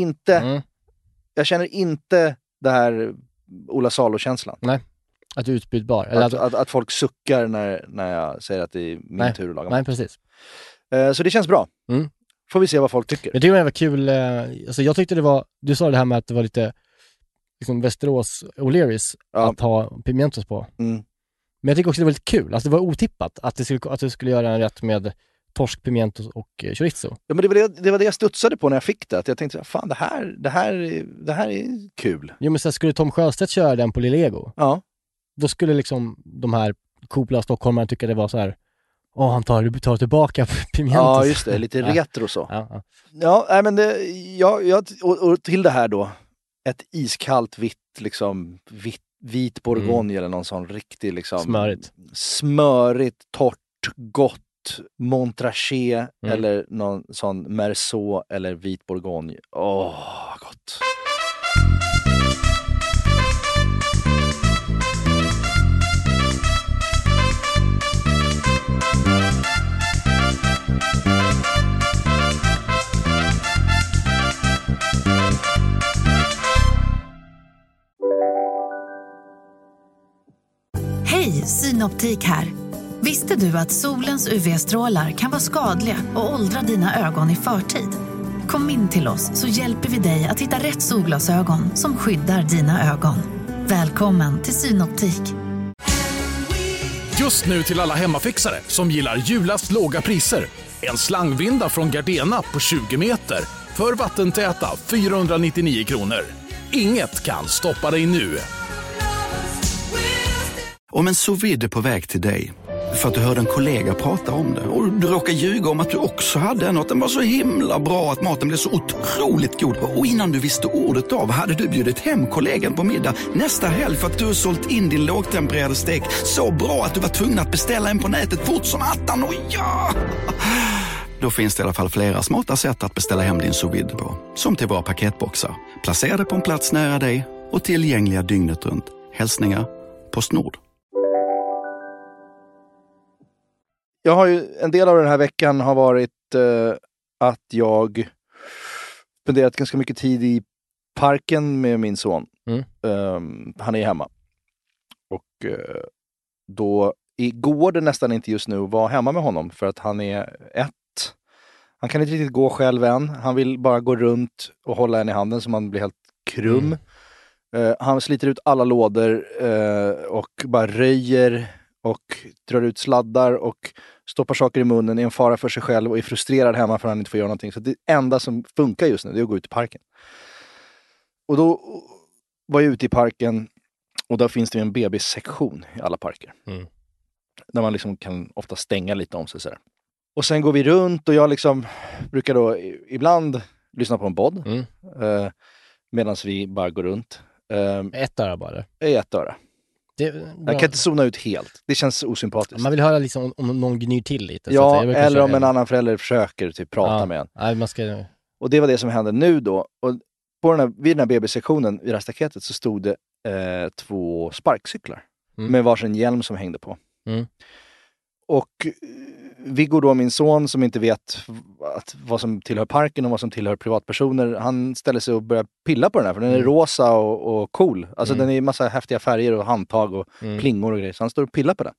känner inte det här Ola Salo-känslan. Nej, att du är utbytbar. Eller att folk suckar när jag säger att det är min tur att laga mat. Nej, precis. Så det känns bra. Får vi se vad folk tycker. Jag tycker det var kul. Alltså jag tyckte det var, du sa det här med att det var lite liksom Västerås O'Learys att ha pimentos på. Men jag tycker också det var lite kul. Alltså det var otippat att du skulle göra en rätt med torsk, pimentos och chorizo. Ja, men det var det jag studsade på när jag fick det. Att jag tänkte, fan det här är kul. Jo, men så skulle Tom Sjöstedt köra den på Lillego. Ja. Då skulle liksom de här coola stockholmarna tycka det var så här, han tar tillbaka pimentos. Ja, just det. Lite retro så. Ja, men och till det här då ett iskallt vitt liksom vit bourgogne eller någon sån riktig liksom smörigt, torrt, gott Montrachet eller någon sån Merceau eller vit bourgogne. Gott. Hej, Synoptik här. Visste du att solens UV-strålar kan vara skadliga och åldra dina ögon i förtid? Kom in till oss så hjälper vi dig att hitta rätt solglasögon som skyddar dina ögon. Välkommen till Synoptik. Just nu till alla hemmafixare som gillar Julas låga priser. En slangvinda från Gardena på 20 meter för vattentäta 499 kronor. Inget kan stoppa dig nu. Om en sous vide är på väg till dig för att du hörde en kollega prata om det och du råkar ljuga om att du också hade en och att den var så himla bra att maten blev så otroligt god. Och innan du visste ordet av hade du bjudit hem kollegan på middag nästa helg för att du har sålt in din lågtempererade stek så bra att du var tvungen att beställa en på nätet fort som attan. Och ja! Då finns det i alla fall flera smarta sätt att beställa hem din sous vide på. Som till våra paketboxar. Placerade på en plats nära dig och tillgängliga dygnet runt. Hälsningar PostNord. Jag har ju, en del av den här veckan har varit att jag spenderat ganska mycket tid i parken med min son. Han är hemma. Och då går det nästan inte just nu att vara hemma med honom för att han är han kan inte riktigt gå själv än. Han vill bara gå runt och hålla en i handen så man blir helt krum. Han sliter ut alla lådor och bara röjer och drar ut sladdar och stoppar saker i munnen, är en fara för sig själv och är frustrerad hemma för att han inte får göra någonting. Så det enda som funkar just nu det är att gå ut i parken. Och då var jag ute i parken och där finns det en bebissektion i alla parker. Där man liksom kan ofta stänga lite om sig sådär. Och sen går vi runt och jag liksom brukar då ibland lyssna på en podd medan vi bara går runt. Ett öra bara? Ett öra. Jag kan inte zona ut helt. Det känns osympatiskt. Man vill höra liksom om någon gnyr till lite. Ja, så eller om en annan förälder försöker typ prata med en. Nej, man ska... Och det var det som hände nu då. Och vid den här BB-sektionen vid det här staketet så stod det 2 sparkcyklar. Med varsin hjälm som hängde på. Och Viggo då, min son som inte vet vad som tillhör parken och vad som tillhör privatpersoner, han ställer sig och börjar pilla på den här för den är rosa och cool. Alltså den är en massa häftiga färger och handtag och plingor och grejer. Så han står och pillar på den.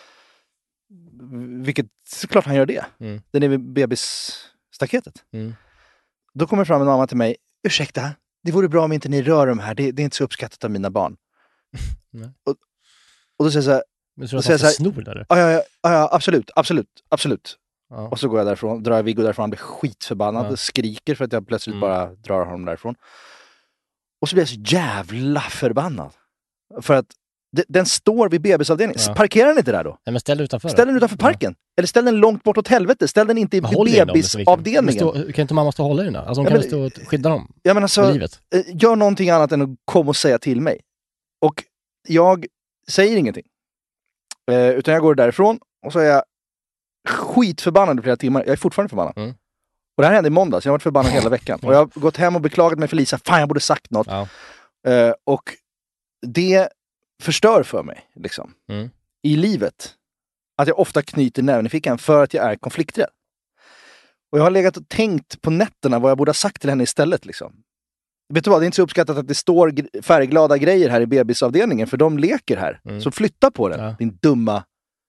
Vilket såklart han gör det. Den är vid bebisstaketet. Då kommer fram en mamma till mig. Ursäkta, det vore bra om inte ni rör de här. Det är inte så uppskattat av mina barn. Och då säger jag så här. Men tror du att han snor där? Ja, absolut. Ja. Och så går jag därifrån, drar Viggo därifrån, han blir skitförbannad och skriker för att jag plötsligt bara drar honom därifrån. Och så blir jag så jävla förbannad. För att den står vid bebisavdelningen. Parkerar den inte där då? Nej, men ställ den utanför. Ställ den utanför parken. Eller ställ den långt bort åt helvete. Ställ den inte vid bebisavdelningen. Kan inte mamma stå och hålla den där? Alltså hon kan stå och skydda dem livet. Gör någonting annat än att komma och säga till mig. Och jag säger ingenting. Utan jag går därifrån och så är jag skitförbannad i flera timmar. Jag är fortfarande förbannad. Och det här hände i måndags. Jag har varit förbannad hela veckan. Och jag har gått hem och beklagat mig för Lisa. Fan, jag borde sagt något. Och det förstör för mig liksom. I livet. Att jag ofta knyter näven i fickan för att jag är konflikträdd. Och jag har legat och tänkt på nätterna vad jag borde ha sagt till henne istället liksom. Vet du vad, det är inte så uppskattat att det står färgglada grejer här i bebisavdelningen för de leker här. Så flytta på den, din dumma...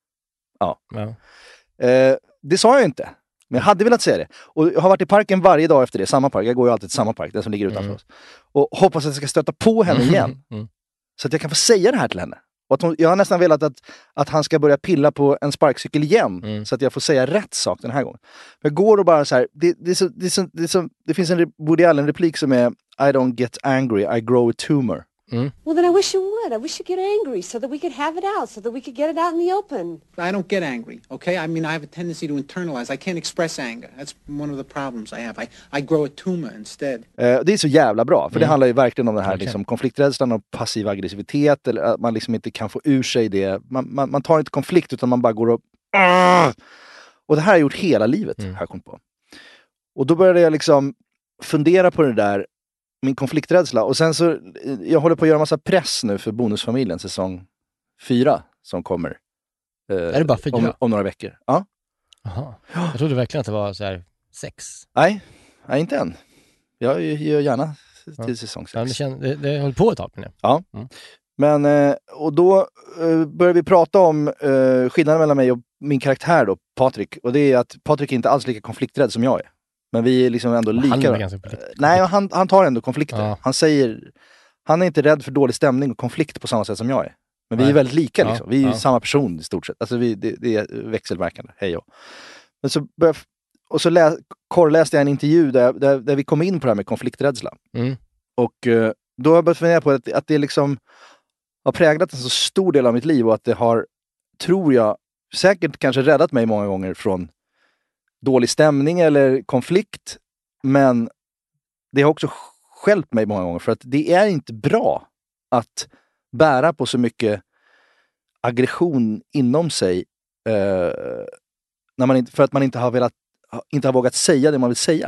Det sa jag inte. Men jag hade velat säga det. Och jag har varit i parken varje dag efter det, samma park. Jag går ju alltid till samma park, den som ligger utanför oss. Och hoppas att jag ska stöta på henne igen. Så att jag kan få säga det här till henne. Och jag har nästan velat att han ska börja pilla på en sparkcykel igen. Så att jag får säga rätt sak den här gången. Jag går och bara så här. Det finns en Woody Allen-replik som är I don't get angry, I grow a tumor. Well, then I wish you would. I wish you'd get angry so that we could have it out, so that we could get it out in the open. I don't get angry, okay? I mean, I have a tendency to internalize. I can't express anger. That's one of the problems I have. I grow a tumor instead. Det är så jävla bra, för det handlar ju verkligen om den här liksom, konflikträdslan och passiv aggressivitet, eller att man liksom inte kan få ur sig det. Man tar inte konflikt utan man bara går och... Och det här har jag gjort hela livet, har jag kommit på. Och då började jag liksom fundera på det där, min konflikträdsla. Och sen så, jag håller på att göra massa press nu för Bonusfamiljen, säsong 4 som kommer. Är det bara 4? Om några veckor. Ja. Aha. Jag trodde verkligen att det var så här 6. Nej, inte än. Jag gör gärna till säsong 6. Ja, det håller på ett tag med det. Ja. Men, och då börjar vi prata om skillnaden mellan mig och min karaktär då, Patrik. Och det är att Patrik är inte alls lika konflikträdd som jag är. Men vi är liksom ändå lika. Han är ganska Nej, han tar ändå konflikter. Ja. Han är inte rädd för dålig stämning och konflikt på samma sätt som jag är. Men vi är väldigt lika liksom. Vi är ju samma person i stort sett. Alltså det är växelverkande, hej och. Men så korrläste jag en intervju där vi kom in på det här med konflikträdsla. Och då har jag börjat fundera på att det liksom har präglat en så stor del av mitt liv och att det har, tror jag, säkert kanske räddat mig många gånger från dålig stämning eller konflikt. Men det har också stjälpt mig många gånger för att det är inte bra att bära på så mycket aggression inom sig för att man inte har vågat säga det man vill säga.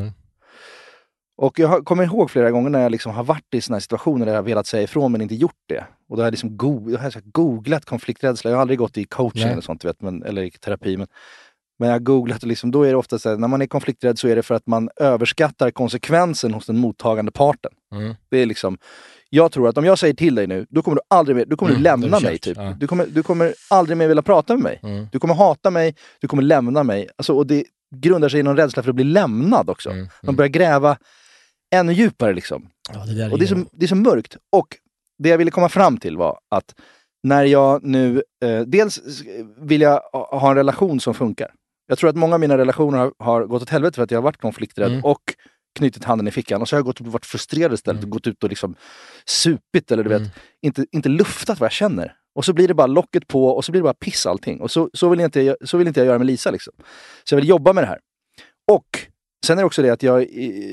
Och jag kommer ihåg flera gånger när jag liksom har varit i såna här situationer där jag har velat säga ifrån men inte gjort det. Och då har jag liksom googlat konflikträdsla. Jag har aldrig gått i coaching eller sånt, vet, eller i terapi. Men jag har googlat och liksom, då är det ofta så här, när man är konflikträdd så är det för att man överskattar konsekvensen hos den mottagande parten. Det är liksom, jag tror att om jag säger till dig nu, då kommer du aldrig mer, du kommer lämna mig typ. Ja. Du kommer aldrig mer vilja prata med mig. Du kommer hata mig, du kommer lämna mig. Alltså, och det grundar sig i någon rädsla för att bli lämnad också. Man börjar gräva ännu djupare liksom. Ja, och det är så mörkt. Och det jag ville komma fram till var att när jag nu dels vill jag ha en relation som funkar. Jag tror att många av mina relationer har gått åt helvete för att jag har varit konflikträdd och knutit handen i fickan. Och så har jag varit frustrerad istället och gått ut och liksom supit eller du vet, inte luftat vad jag känner. Och så blir det bara locket på och så blir det bara piss allting. Och så vill inte jag göra med Lisa liksom. Så jag vill jobba med det här. Och sen är det också det att jag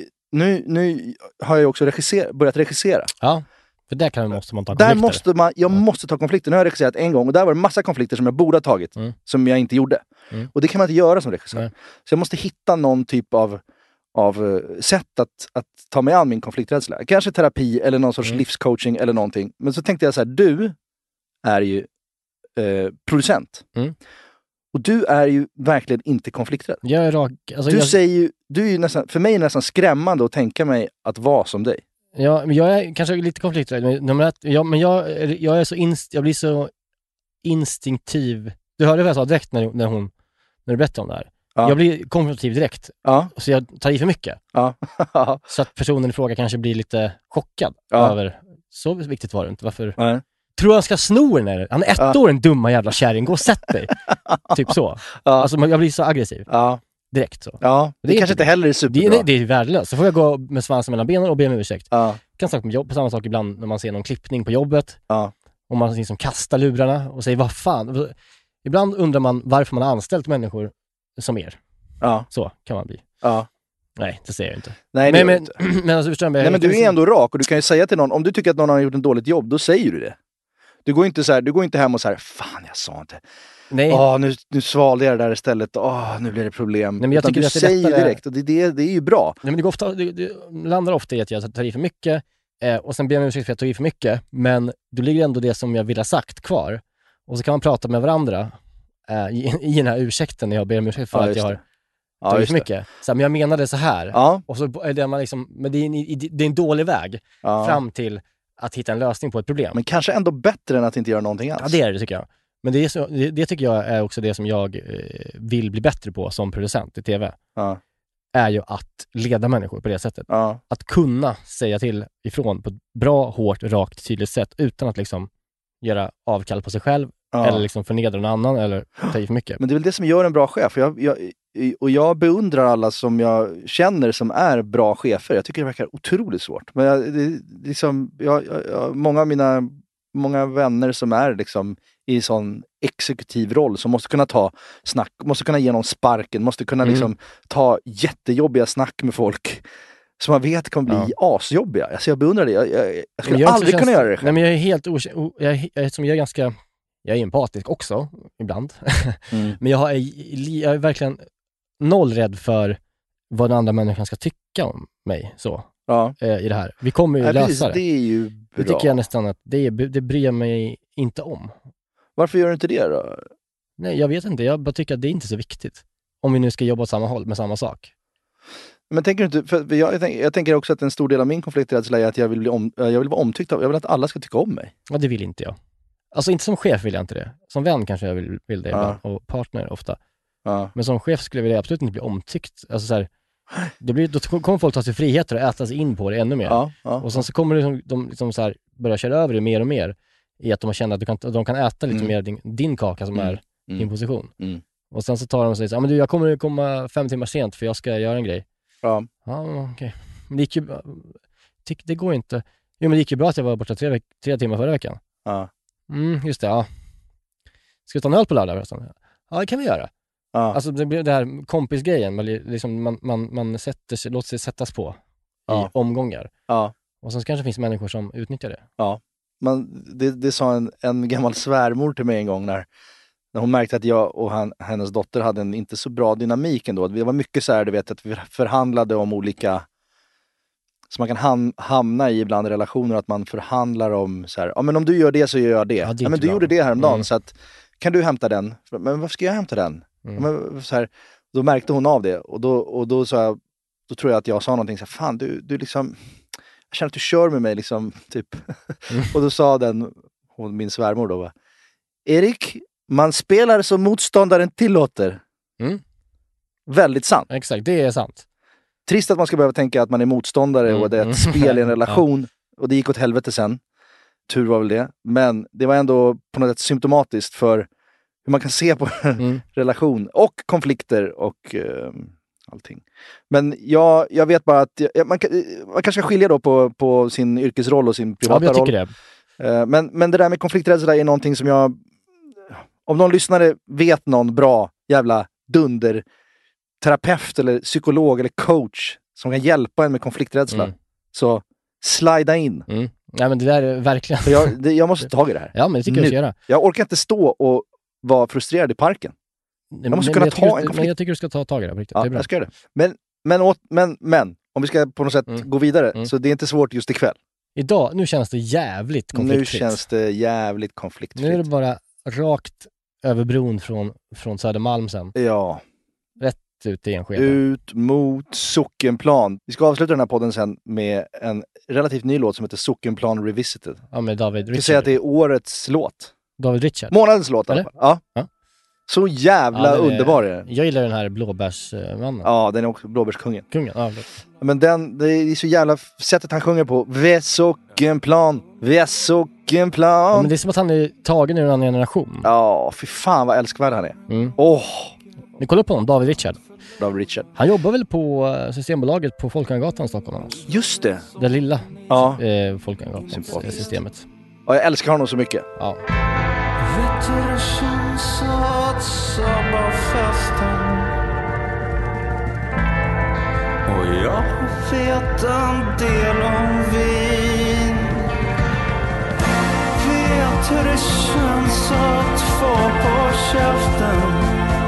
nu har jag också börjat regissera. Ja, för där måste man ta konflikter. Jag måste ta konflikter. Nu har jag regisserat en gång och där var det massa konflikter som jag borde ha tagit. Som jag inte gjorde. Och det kan man inte göra som regissör. Så jag måste hitta någon typ av sätt att ta mig an min konflikträdsla. Kanske terapi eller någon sorts livscoaching eller någonting. Men så tänkte jag så här, du är ju producent. Och du är ju verkligen inte konflikträdd. Jag är rak. Alltså, du är ju nästan, för mig är det nästan skrämmande att tänka mig att vara som dig. Ja, men jag är kanske lite konflikträdd. Men jag är så jag blir så instinktiv. Du hörde vad jag sa direkt när du berättade om det här. Ja. Jag blir konfrontativ direkt. Ja. Så jag tar i för mycket. Ja. Så att personen i fråga kanske blir lite chockad över, så viktigt var det inte. Varför? Nej. Tror han ska sno den här? Han är 1 år, en dumma jävla kärring. Gå och sätt dig. Typ så. Alltså jag blir så aggressiv. Direkt så. Ja, det kanske inte heller är superbra. Det är värdelöst. Så får jag gå med svansen mellan benen och be om ursäkt. Kan snacka med jobb, på samma sak ibland när man ser någon klippning på jobbet. Och man liksom kastar lurarna och säger, vad fan? Ibland undrar man varför man har anställt människor som er. Så kan man bli. Nej, det säger jag inte. Nej, men alltså, förstår jag, men du är ändå rak och du kan ju säga till någon, om du tycker att någon har gjort ett dåligt jobb, då säger du det. Du går inte hem och så här, fan jag sa inte. Nej. Nu svalde jag det där istället. Nu blir det problem. Nej, men jag tycker du att säger direkt och det är ju bra. Nej, men det landar ofta i att jag tar i för mycket och sen ber jag om ursäkt för att jag tar i för mycket, men då ligger ändå det som jag vill ha sagt kvar. Och så kan man prata med varandra i den här ursäkten när jag ber om ursäkt för att jag har tagit för mycket. Så här, men jag menade så här. Och så är det man liksom, men det är en dålig väg fram till att hitta en lösning på ett problem. Men kanske ändå bättre än att inte göra någonting alls. Ja, det är det tycker jag. Men det tycker jag är också det som jag vill bli bättre på som producent i tv. Är ju att leda människor på det sättet. Att kunna säga till ifrån på ett bra, hårt, rakt, tydligt sätt utan att liksom göra avkall på sig själv eller liksom förnedra någon annan eller ta i för mycket. Men det är väl det som gör en bra chef. Jag beundrar alla som jag känner som är bra chefer. Jag tycker det verkar otroligt svårt. Men många av mina vänner som är liksom i sån exekutiv roll som måste kunna ta snack, måste kunna ge någon sparken, måste kunna liksom ta jättejobbiga snack med folk som man vet kan bli asjobbiga. Alltså jag beundrar det. Jag skulle aldrig kunna göra det själv. Nej, men jag är helt jag är empatisk också ibland. Men jag är verkligen noll rädd för vad den andra människan ska tycka om mig så i det här. Vi kommer ju lösa det. Det är ju bra. Det tycker jag nästan att det bryr jag mig inte om. Varför gör du inte det då? Nej, jag vet inte. Jag bara tycker att det är inte så viktigt. Om vi nu ska jobba åt samma håll med samma sak. Men tänker du inte, för jag tänker också att en stor del av min konflikträdsla är att jag vill vara omtyckt av, jag vill att alla ska tycka om mig. Ja, det vill inte jag. Alltså inte som chef vill jag inte det. Som vän kanske jag vill det ibland, och partner ofta. Ja. Men som chef skulle jag vilja absolut inte bli omtyckt. Alltså så här, då kommer folk ta sig friheter och äta sig in på det ännu mer. Ja. Och sen så kommer de liksom så här börja köra över det mer och mer i att de känner att de kan äta lite mer din kaka som är din position. Och sen så tar de och säger så här, men du, jag kommer komma 5 timmar sent för jag ska göra en grej. Ja, okej. Men det gick ju, det går inte. Jo, men det gick ju bra att jag var borta 3 timmar förra veckan. Ja. Just det, ja. Ska vi ta en öl på lördag förresten? Ja, det kan vi göra. Ja. Alltså det blir det här kompisgrejen, liksom man låter sig sättas på i omgångar. Ja. Och sen kanske finns människor som utnyttjar det. Ja. Det sa en gammal svärmor till mig en gång när hon märkte att jag och hennes dotter hade en inte så bra dynamik ändå. Det var mycket så här, du vet, att vi förhandlade om olika som man kan hamna i ibland relationer, att man förhandlar om så här, ja men om du gör det så gör jag det. Ja, men du gjorde det häromdagen så att kan du hämta den? Men varför ska jag hämta den? Ja, men, så här, då märkte hon av det och då sa jag, då tror jag att jag sa någonting så här, fan du liksom, jag känner att du kör med mig liksom typ. Och då sa min svärmor då va, Erik, man spelar som motståndaren tillåter. Väldigt sant. Exakt, det är sant. Trist att man ska behöva tänka att man är motståndare och det är ett spel i en relation. Och det gick åt helvete sen. Tur var väl det. Men det var ändå på något sätt symptomatiskt för hur man kan se på relation och konflikter och allting. Men jag vet bara att man kanske ska skilja då på sin yrkesroll och sin privata roll. Jag tycker det. Men det där med konflikträdsla är någonting som jag, om någon lyssnare vet någon bra jävla terapeut eller psykolog eller coach som kan hjälpa en med konflikträdsla, så slida in. Nej, men det där är verkligen... Jag måste ta tag i det här. Ja, men det tycker jag ska göra. Jag orkar inte stå och vara frustrerad i parken. Jag måste kunna ta en konflikt. Men jag tycker du ska ta tag i det. Riktigt. Ja, det är bra. Jag ska göra det. Men om vi ska på något sätt gå vidare, så det är inte svårt just ikväll. Nu känns det jävligt konfliktfritt. Nu är det bara rakt över bron från Södermalm sen. Ja. Rätt ut i Enskede. Ut mot Sockenplan. Vi ska avsluta den här podden sen med en relativt ny låt som heter Sockenplan Revisited. Ja, med David Richard. Jag säga att det är årets låt. David Richard. Månadens låt. Ja. Så jävla underbar är den. Jag gillar den här blåbärsmannen. Ja, den är också blåbärskungen. Ja. Men det är så jävla sättet han sjunger på. Sockenplan. Ja, men det är som att han är tagen ur en annan generation. Ja, fy fan vad älskvärd han är. Ni kollar på honom, David Richard. Richard. Han jobbar väl på Systembolaget på Folkungagatan i Stockholm. Just det. Det lilla Folkungagatan-systemet. Ja, jag älskar honom så mycket. Ja. Vet du det känns att sabbarfesten, och jag vet en del om vin. Vet hur det känns att få på käften.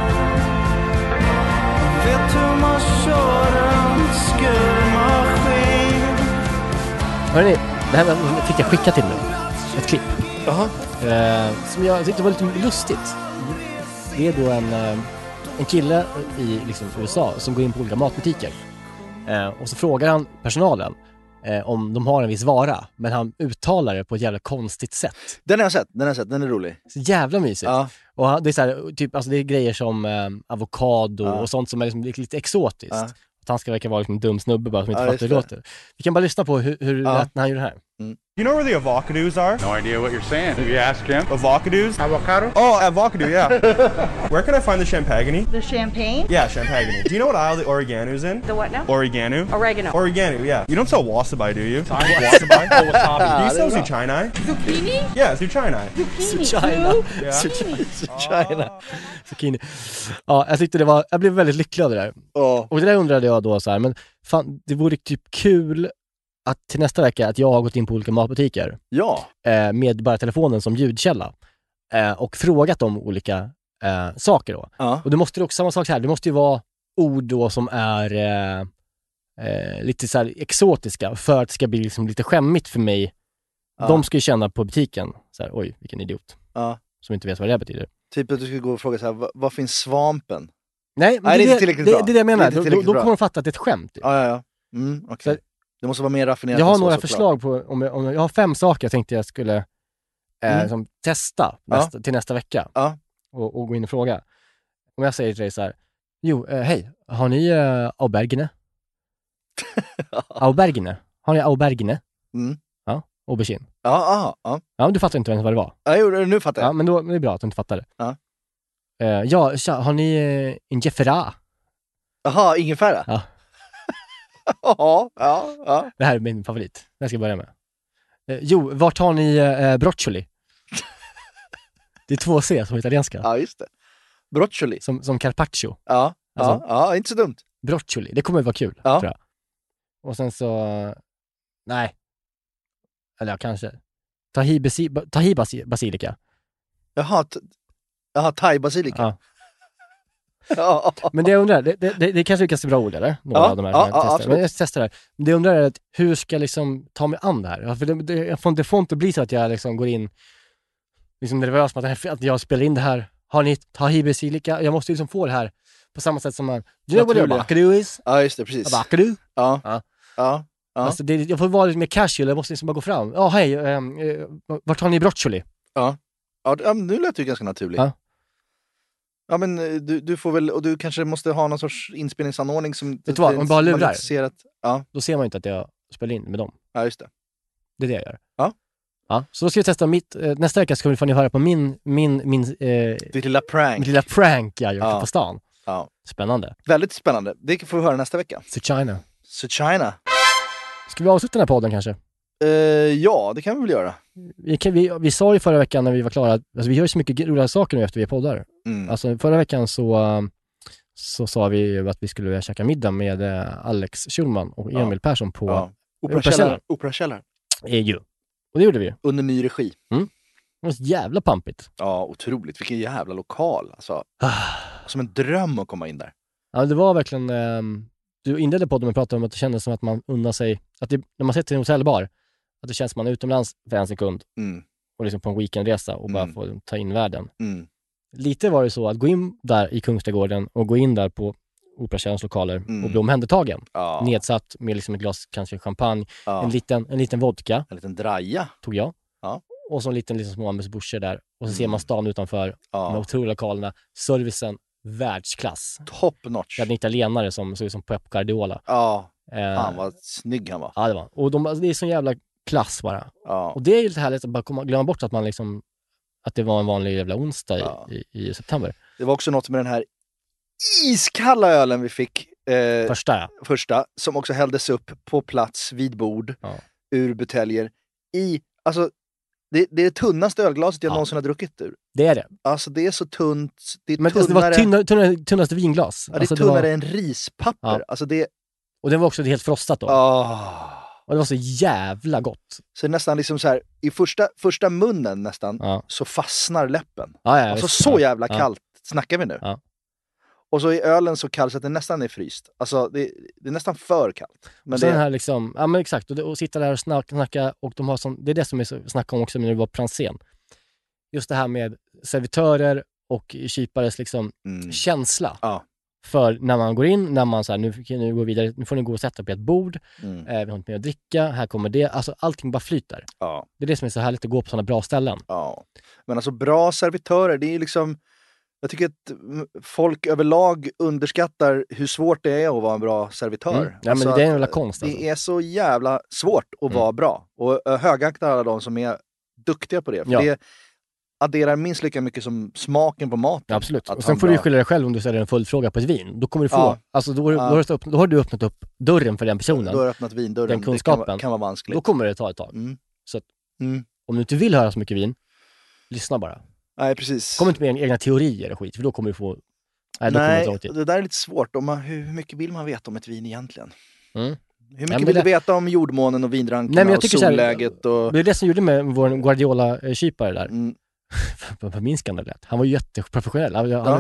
Vet hur man kör en skurmaskin. Hörrni, det här fick jag skicka till mig. Ett klipp. Som jag tyckte var lite lustigt. Det är då en kille i liksom USA som går in på olika matbutiker. Och så frågar han personalen om de har en viss vara. Men han uttalar det på ett jävla konstigt sätt. Den har jag sett, den är rolig. Så jävla mysigt. Ja. Och det är så här, typ, alltså det är grejer som avokado och sånt som är liksom lite exotiskt. Ja. Att han ska verka vara liksom en dum snubbe bara som inte fattar hur det låter. Vi kan bara lyssna på hur det lät när han gjorde det här. You know where the avocados are? No idea what you're saying. Have you asked him? Avocados? Avocado? Oh, avocado, yeah. Where can I find the champagne? The champagne? Yeah, champagne. Do you know what aisle the oregano's in? The what now? Oregano. Oregano, yeah. You don't sell wasabi, do you? Wasabi? Oh, wasabi. Do you sell zucchini? Zucchini? Yeah, zucchini. Zucchini. Ja, jag tyckte jag blev väldigt lycklig av det där. Och det där undrade jag då så här, men fan, det vore typ kul att till nästa vecka att jag har gått in på olika matbutiker. Ja. Med bara telefonen som ljudkälla. Och frågat om olika saker då. Ja. Och det måste också, samma sak så här, det måste ju vara ord då som är lite så här exotiska för att det ska bli liksom lite skämmigt för mig. Ja. De ska ju känna på butiken så här, oj, vilken idiot. Ja. Som inte vet vad det betyder. Typ att du skulle gå och fråga så här, vad finns svampen? Nej, men det är inte tillräckligt bra. Det är det jag menar. Då kommer de fatta att det är ett skämt. Ja. Okay. Det måste vara mer raffinerat. Jag har några förslag på, om jag har 5 saker jag tänkte jag skulle som testa till nästa vecka. Ja. Och gå in och fråga. Om jag säger till dig så här: jo, hej, har ni aubergine? Aubergine? Har ni aubergine? Ja, aubergine. Ja, men du fattar inte ens vad det var. Ja, nu fattar jag. Ja, men då är det bra att du inte fattar det. Ja. Har ni ingefära? Jaha, ingefära? Ja. Ja. Det här är min favorit. Det ska jag börja med. Jo, vart har ni broccioli? Det är 2 C som är italienska. Ja, just det. Broccioli. Som carpaccio. Ja, inte så dumt. Broccioli, det kommer att vara kul, tror jag. Och sen så... Nej. Eller ja, kanske. Tahi basilika. Jaha, thai basilika. Ja. Men det jag undrar, det kanske är ganska bra ord, eller? Några av de här men jag testar det här. Det jag undrar är att hur ska jag liksom ta mig an det här? För det får inte bli så att jag liksom går in liksom nervös med att jag spelar in det här. Har ni tahi basilika? Jag måste liksom få det här på samma sätt som man... You know what a bakadu is? Ja, just det, precis. Bakadu? Ja. Alltså jag får vara lite mer casual, jag måste liksom bara gå fram. Ja, hej, vart har ni broccioli? Ja, nu lät det ju ganska naturligt. Ja, men du får väl, och du kanske måste ha någon sorts inspelningsanordning som... Vet du vad, om man bara lurar, ser att, då ser man inte att jag spelar in med dem. Ja, just det. Det är det jag gör. Ja. Så då ska vi testa nästa vecka så får ni höra på min ditt lilla prank. Mitt lilla prank jag gör på stan. Ja. Spännande. Väldigt spännande. Det får vi höra nästa vecka. So China. Ska vi avsluta den här podden kanske? Ja, det kan vi väl göra. Vi sa ju förra veckan när vi var klara, alltså vi gör så mycket roliga saker nu efter vi poddar. Alltså förra veckan så sa vi att vi skulle käka middag med Alex Schulman och Emil Persson på Operakällaren. Och det gjorde vi. Under ny regi. Det var så jävla pampigt. Ja, otroligt. Vilken jävla lokal. Alltså, som en dröm att komma in där. Ja, det var verkligen... Du inledde podden med att prata om att det kändes som att man undrar sig... Att när man sitter i en hotellbar, att det känns som att man är utomlands för en sekund. Och liksom på en weekendresa och bara får ta in världen. Lite var det så att gå in där i Kungsträdgården och gå in där på Operakällarens lokaler och bli omhändertagen. Nedsatt med liksom ett glas kanske champagne, en liten vodka. En liten draja. Tog jag. Och så en liten små amuse-boucher där. Och så ser man stan utanför, de otroliga lokalerna. Servicen, världsklass. Top notch. Jag hade en italienare som såg ut som Pep Guardiola. Han var snygg han var. Ja, det var. Och det är sån jävla klass bara. Och det är ju lite härligt att bara glömma bort att man liksom... Att det var en vanlig jävla onsdag i september. Det var också något med den här iskalla ölen vi fick. Första. Som också hälldes upp på plats vid bord. Ur buteljer. Alltså, det är det tunnaste ölglaset jag någonsin har druckit ur. Det är det. Alltså det är så tunt. Det är men tunnare, det var tunnaste vinglas. Ja, det är tunnare än rispapper. Ja. Alltså det... Och den var också helt frostat då. Och det var så jävla gott. Så nästan liksom så här, i första munnen nästan, så fastnar läppen. Alltså så jävla kallt snackar vi nu. Och så i ölen så kallt så att det nästan är fryst. Alltså det är nästan för kallt. Men det här liksom, ja men exakt. Och sitta där och snacka och de har det är det som är så snacka om också när det var Franzén. Just det här med servitörer och kypares liksom känsla. För när man går in, när man så här, nu går vidare, nu får ni gå och sätta på ett bord. Vi har inte mer att dricka, här kommer det. Alltså allting bara flyter. Det är det som är så härligt att gå på sådana bra ställen. Men alltså bra servitörer, det är liksom... Jag tycker att folk överlag underskattar hur svårt det är att vara en bra servitör. Ja, men det är en jävla konst. Alltså. Det är så jävla svårt att vara bra. Och högaktar alla de som är duktiga på det. För det adderar minst lika mycket som smaken på maten. Ja, absolut. Och sen får du skylla dig själv om du ställer en följdfråga på ett vin. Då kommer du få... Alltså då har du öppnat upp dörren för den personen. Då har du öppnat vindörren. Den kunskapen. Det kan vara vanskligt. Då kommer det ta ett tag. Så att, om du inte vill höra så mycket vin, lyssna bara. Nej, precis. Kom inte med egna teorier och skit, för då kommer du få... Nej, det där är lite svårt. Hur mycket vill man veta om ett vin egentligen? Hur mycket vill du veta om jordmånen och vindrankarna och solläget? Det är det som gjorde med vår Guardiola-kypare där. För min skandalett. Han var ju jätteprofessionell.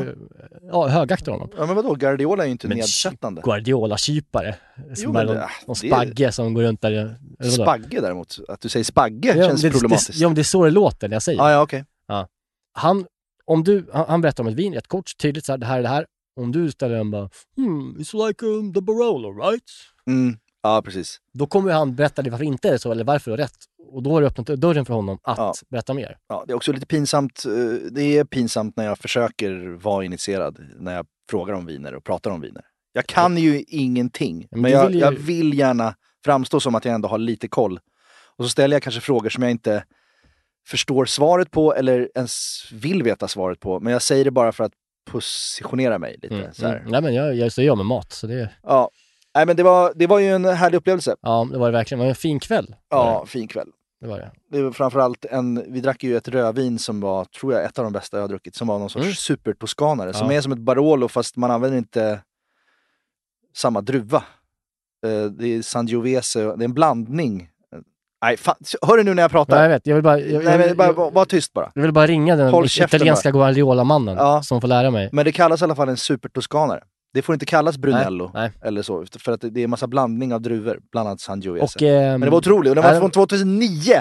Högaktar honom. Ja, men vadå? Guardiola är ju inte nedsättande. Guardiola-kypare. Någon spagge som går runt där. Spagge däremot? Att du säger spagge känns problematiskt. Ja, men det är så det låter när jag säger. Ja, okej. Han berättar om ett vin, ett kort, tydligt så här, det här är det här. Om du ställer den bara, it's like the Barolo, right? Ja, precis. Då kommer han berätta dig varför inte är det så, eller varför du har rätt. Och då har du öppnat dörren för honom att berätta mer. Ja, det är också lite pinsamt. Det är pinsamt när jag försöker vara initierad, när jag frågar om viner och pratar om viner. Jag kan ju ingenting, men jag vill gärna framstå som att jag ändå har lite koll. Och så ställer jag kanske frågor som jag inte förstår svaret på eller ens vill veta svaret på. Men jag säger det bara för att positionera mig lite. Så här. Nej, men jag gör med mat. Så det... Ja, nej, men det var ju en härlig upplevelse. Ja, det var det verkligen. Det var en fin kväll. Ja, fin kväll. Det var det. Det var framförallt vi drack ju ett rödvin som var, tror jag, ett av de bästa jag har druckit. Som var någon sorts supertoskanare. Som är som ett Barolo fast man använder inte samma druva. Det är Sangiovese, det är en blandning. Nej, fan. Hör du nu när jag pratar? Nej, jag vet. Var tyst bara. Jag vill bara ringa den italienska Guardiola-mannen som får lära mig. Men det kallas i alla fall en supertoskanare. Det får inte kallas Brunello eller så. För att det är en massa blandning av druvor. Bland annat Sangiovese. Men det var otroligt. Och den var från 2009.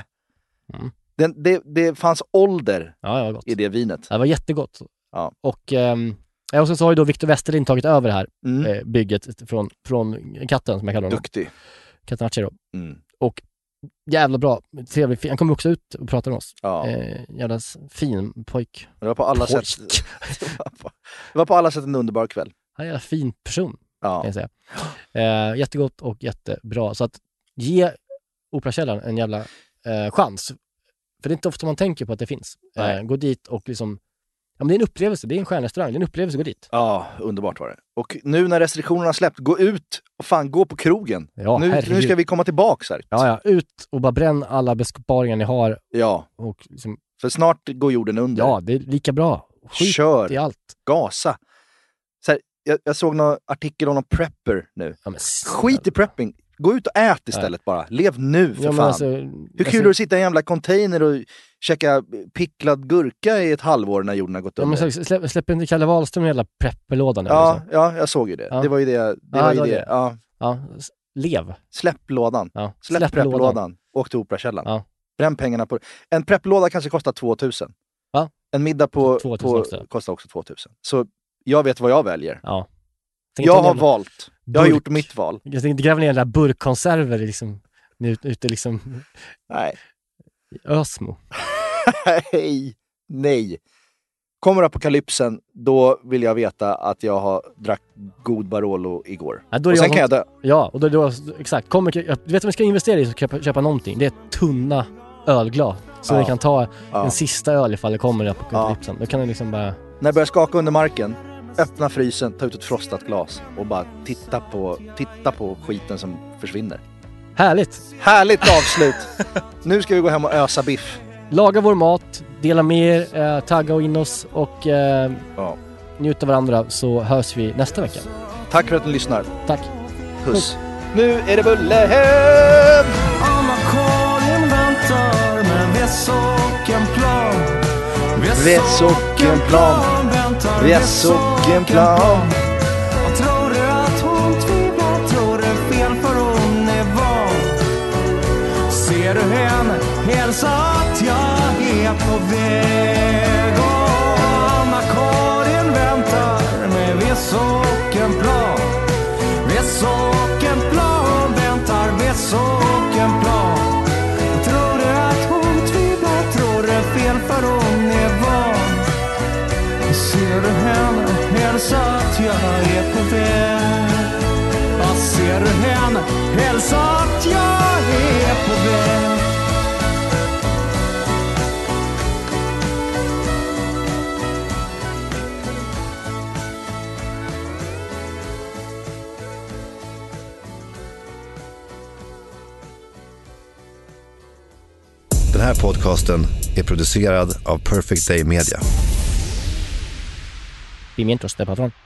Det fanns ålder i det vinet. Det var jättegott. Ja. Och så har ju då Victor Westerlind tagit över det här bygget från katten som jag kallar honom. Duktig. Catenacci då. Och jävla bra, trevlig. Han kom också ut och pratade med oss. Jävla fin pojk. Det var på alla sätt. Det var på alla sätt en underbar kväll. Han är en fin person, kan jag säga. Jättegott och jättebra. Så att ge Operakällaren en jävla chans. För det är inte ofta man tänker på att det finns. Gå dit och liksom... Ja, men det är en upplevelse, det är en stjärnrestaurang. Det är en upplevelse att gå dit. Ja, underbart var det. Och nu när restriktionerna släppt, gå ut och gå på krogen. Ja, nu ska vi komma tillbaka här. Ja, ut och bara bränn alla besparingar ni har. Ja, och liksom... för snart går jorden under. Ja, det är lika bra. Kör i allt. Gasa. Så här, jag såg någon artikel om någon prepper nu. Ja, skit i prepping. Gå ut och ät istället bara. Lev nu för fan. Alltså, hur kul är det att sitta i en jävla container och käka picklad gurka i ett halvår när jorden har gått under? Men släpper inte Kalle Wahlström hela prepperlådan? Ja, jag såg ju det. Ja. Det var ju det. Ja. Lev. Släpp lådan. Ja. Släpp prepplådan. Åk till Operakällaren. Ja. Bränn pengarna på... En prepplåda kanske kostar 2000. Ja. En middag kostar också 2000. Så jag vet vad jag väljer. Ja. Jag har valt. Jag har gjort mitt val. Jag tänkte gräva ner den där burkkonserver liksom, ute liksom... Nej. Ösmo. Nej. Kommer apokalypsen, då vill jag veta att jag har drack god Barolo igår. Ja, och sen kan jag dö. Ja, och då exakt. Du vet om vi ska investera i så köpa någonting. Det är tunna ölglas. Så vi kan ta en sista öl ifall det kommer apokalypsen. Då kan det liksom bara... När det börjar skaka under marken, öppna frysen, ta ut ett frostat glas och bara titta på skiten som försvinner. Härligt avslut. Nu ska vi gå hem och ösa biff. Laga vår mat, dela med er, tagga och in oss och njuta varandra, så hörs vi nästa vecka. Tack för att ni lyssnar. Tack. Puss. Nu är det bullehem! Anna-Karin väntar med väss och en plan. Väss och en plan. Väss och en plan. Jag tror att hon tvivlar, tror det är fel för hon är van. Ser du henne, hälsa att jag är på väg. Och Anna-Karin väntar med väss och en plan. Väss och en plan, väntar väss och en plan. Jag tror att hon tvivlar, tror det är fel för hon är van. Ser du henne, hälsa att jag är på väg. Jag ser du henne, hälsa att jag är på väg. Den här podcasten är producerad av Perfect Day Media. Pimientos de patrón.